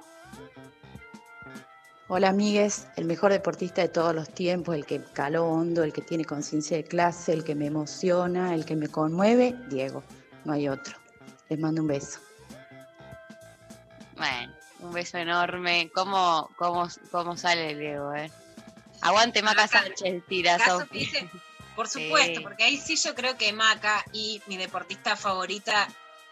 Hola amigues, el mejor deportista de todos los tiempos, el que caló hondo, el que tiene conciencia de clase, el que me emociona, el que me conmueve, Diego, no hay otro. Les mando un beso. Bueno, un beso enorme. ¿Cómo sale el Diego, Aguante Maca Sánchez, tira. Por supuesto, porque ahí sí yo creo que Maca y mi deportista favorita,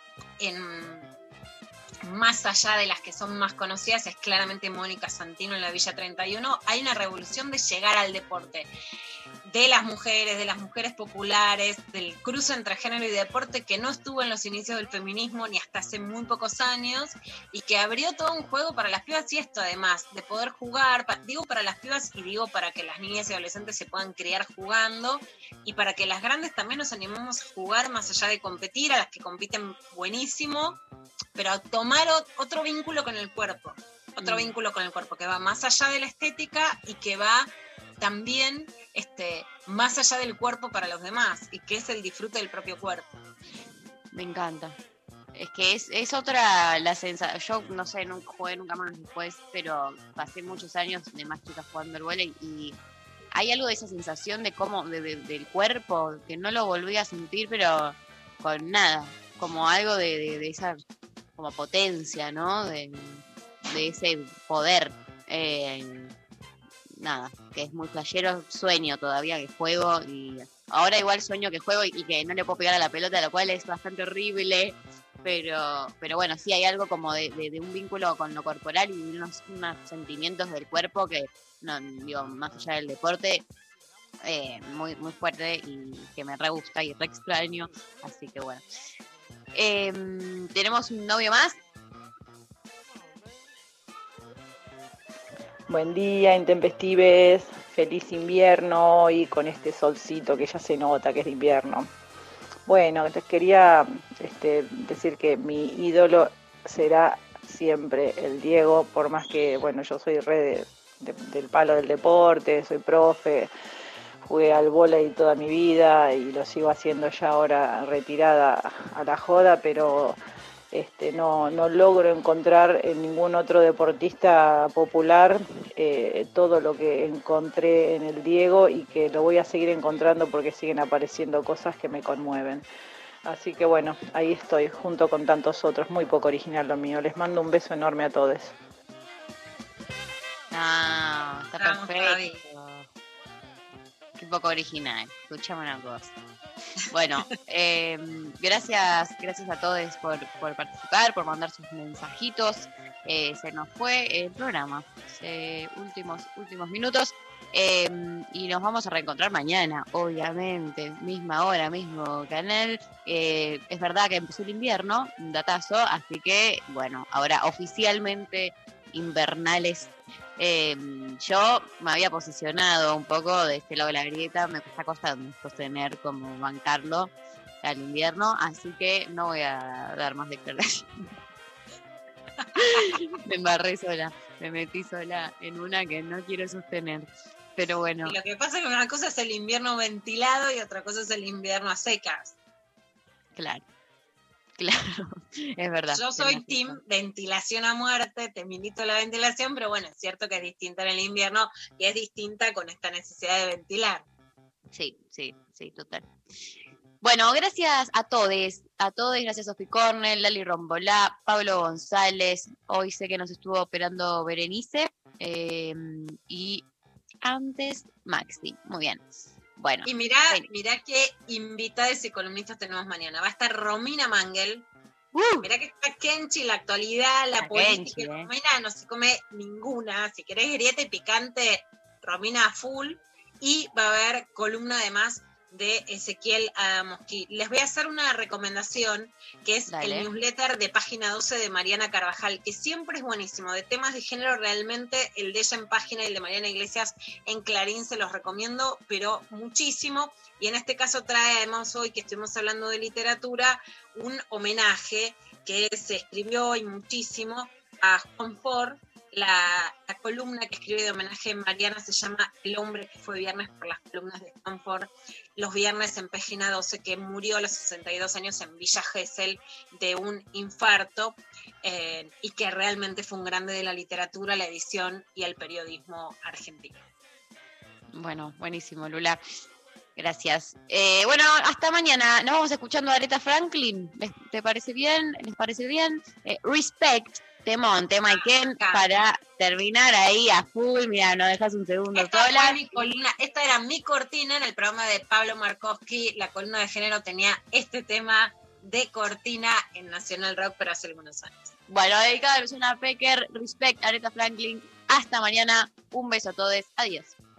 más allá de las que son más conocidas, es claramente Mónica Santino en la Villa 31. Hay una revolución de llegar al deporte, de las mujeres populares, del cruce entre género y deporte que no estuvo en los inicios del feminismo ni hasta hace muy pocos años, y que abrió todo un juego para las pibas, y esto además de poder jugar, digo para las pibas y digo para que las niñas y adolescentes se puedan criar jugando, y para que las grandes también nos animemos a jugar más allá de competir, a las que compiten buenísimo, pero a tomar otro vínculo con el cuerpo, vínculo con el cuerpo que va más allá de la estética y que va también más allá del cuerpo para los demás, y que es el disfrute del propio cuerpo. Me encanta. Es que es otra la sensación. Yo no sé, nunca jugué nunca más después, pero pasé muchos años de más chica jugando al vóley y hay algo de esa sensación de cómo del cuerpo que no lo volví a sentir, pero con nada, como algo de esa como potencia, ¿no? De ese poder. Nada, que es muy flashero, sueño todavía que juego y ahora igual sueño que juego y que no le puedo pegar a la pelota, lo cual es bastante horrible, pero bueno, sí hay algo como de un vínculo con lo corporal y unos sentimientos del cuerpo que, no digo, más allá del deporte, muy, muy fuerte y que me re gusta y re extraño, así que bueno. ¿Tenemos un novio más? Buen día, intempestives, feliz invierno y con este solcito que ya se nota que es de invierno. Bueno, les quería decir que mi ídolo será siempre el Diego, por más que, bueno, yo soy re del palo del deporte, soy profe, jugué al vóley toda mi vida y lo sigo haciendo ya ahora retirada a la joda, pero no logro encontrar en ningún otro deportista popular todo lo que encontré en el Diego y que lo voy a seguir encontrando porque siguen apareciendo cosas que me conmueven. Así que bueno, ahí estoy junto con tantos otros, muy poco original lo mío. Les mando un beso enorme a todos. Ah, está perfecto. Qué poco original. Escuchame una cosa. Bueno, gracias a todos por participar, por mandar sus mensajitos. Se nos fue el programa. Últimos minutos. Y nos vamos a reencontrar mañana, obviamente, misma hora, mismo canal. Es verdad que empezó el invierno, un datazo, así que, bueno, ahora oficialmente invernales. Yo me había posicionado un poco de este lado de la grieta, me está costando sostener como bancarlo al invierno, así que no voy a dar más declaraciones. Me embarré sola, me metí sola en una que no quiero sostener. Pero bueno. Y lo que pasa es que una cosa es el invierno ventilado y otra cosa es el invierno a secas. Claro, es verdad. Yo soy team ventilación a muerte, te milito la ventilación, pero bueno, es cierto que es distinta en el invierno y es distinta con esta necesidad de ventilar. Sí, total. Bueno, gracias a todos, gracias a Sofi Cornell, Lali Rombolá, Pablo González, hoy sé que nos estuvo operando Berenice, y antes Maxi, muy bien. Bueno. Y mirá qué invitadas y columnistas tenemos mañana. Va a estar Romina Mangel. Mirá que está Kenchi, la actualidad, la política. Kenchi, Romina no se come ninguna. Si querés grieta y picante, Romina a full. Y va a haber columna además de Ezequiel Adamowski. Les voy a hacer una recomendación, que es el newsletter de Página 12 de Mariana Carvajal, que siempre es buenísimo, de temas de género. Realmente el de ella en Página y el de Mariana Iglesias en Clarín se los recomiendo, pero muchísimo. Y en este caso trae, además, hoy que estuvimos hablando de literatura, un homenaje que se escribió y muchísimo a Juan Ford. La columna que escribe de homenaje a Mariana se llama El hombre que fue viernes, por las columnas de Stanford, los viernes en Página 12, que murió a los 62 años en Villa Gesell de un infarto, y que realmente fue un grande de la literatura, la edición y el periodismo argentino. Bueno, buenísimo, Lula. Gracias. Bueno, hasta mañana. Nos vamos escuchando a Aretha Franklin. ¿Te parece bien? ¿Les parece bien? Respect. Tema y Ken, para terminar ahí a full. Mira, no dejas un segundo sola. Esta era mi cortina en el programa de Pablo Markowski. La columna de género tenía este tema de cortina en Nacional Rock, pero hace algunos años. Bueno, dedicado a Luciana Pecker, Respect, Aretha Franklin. Hasta mañana. Un beso a todos. Adiós.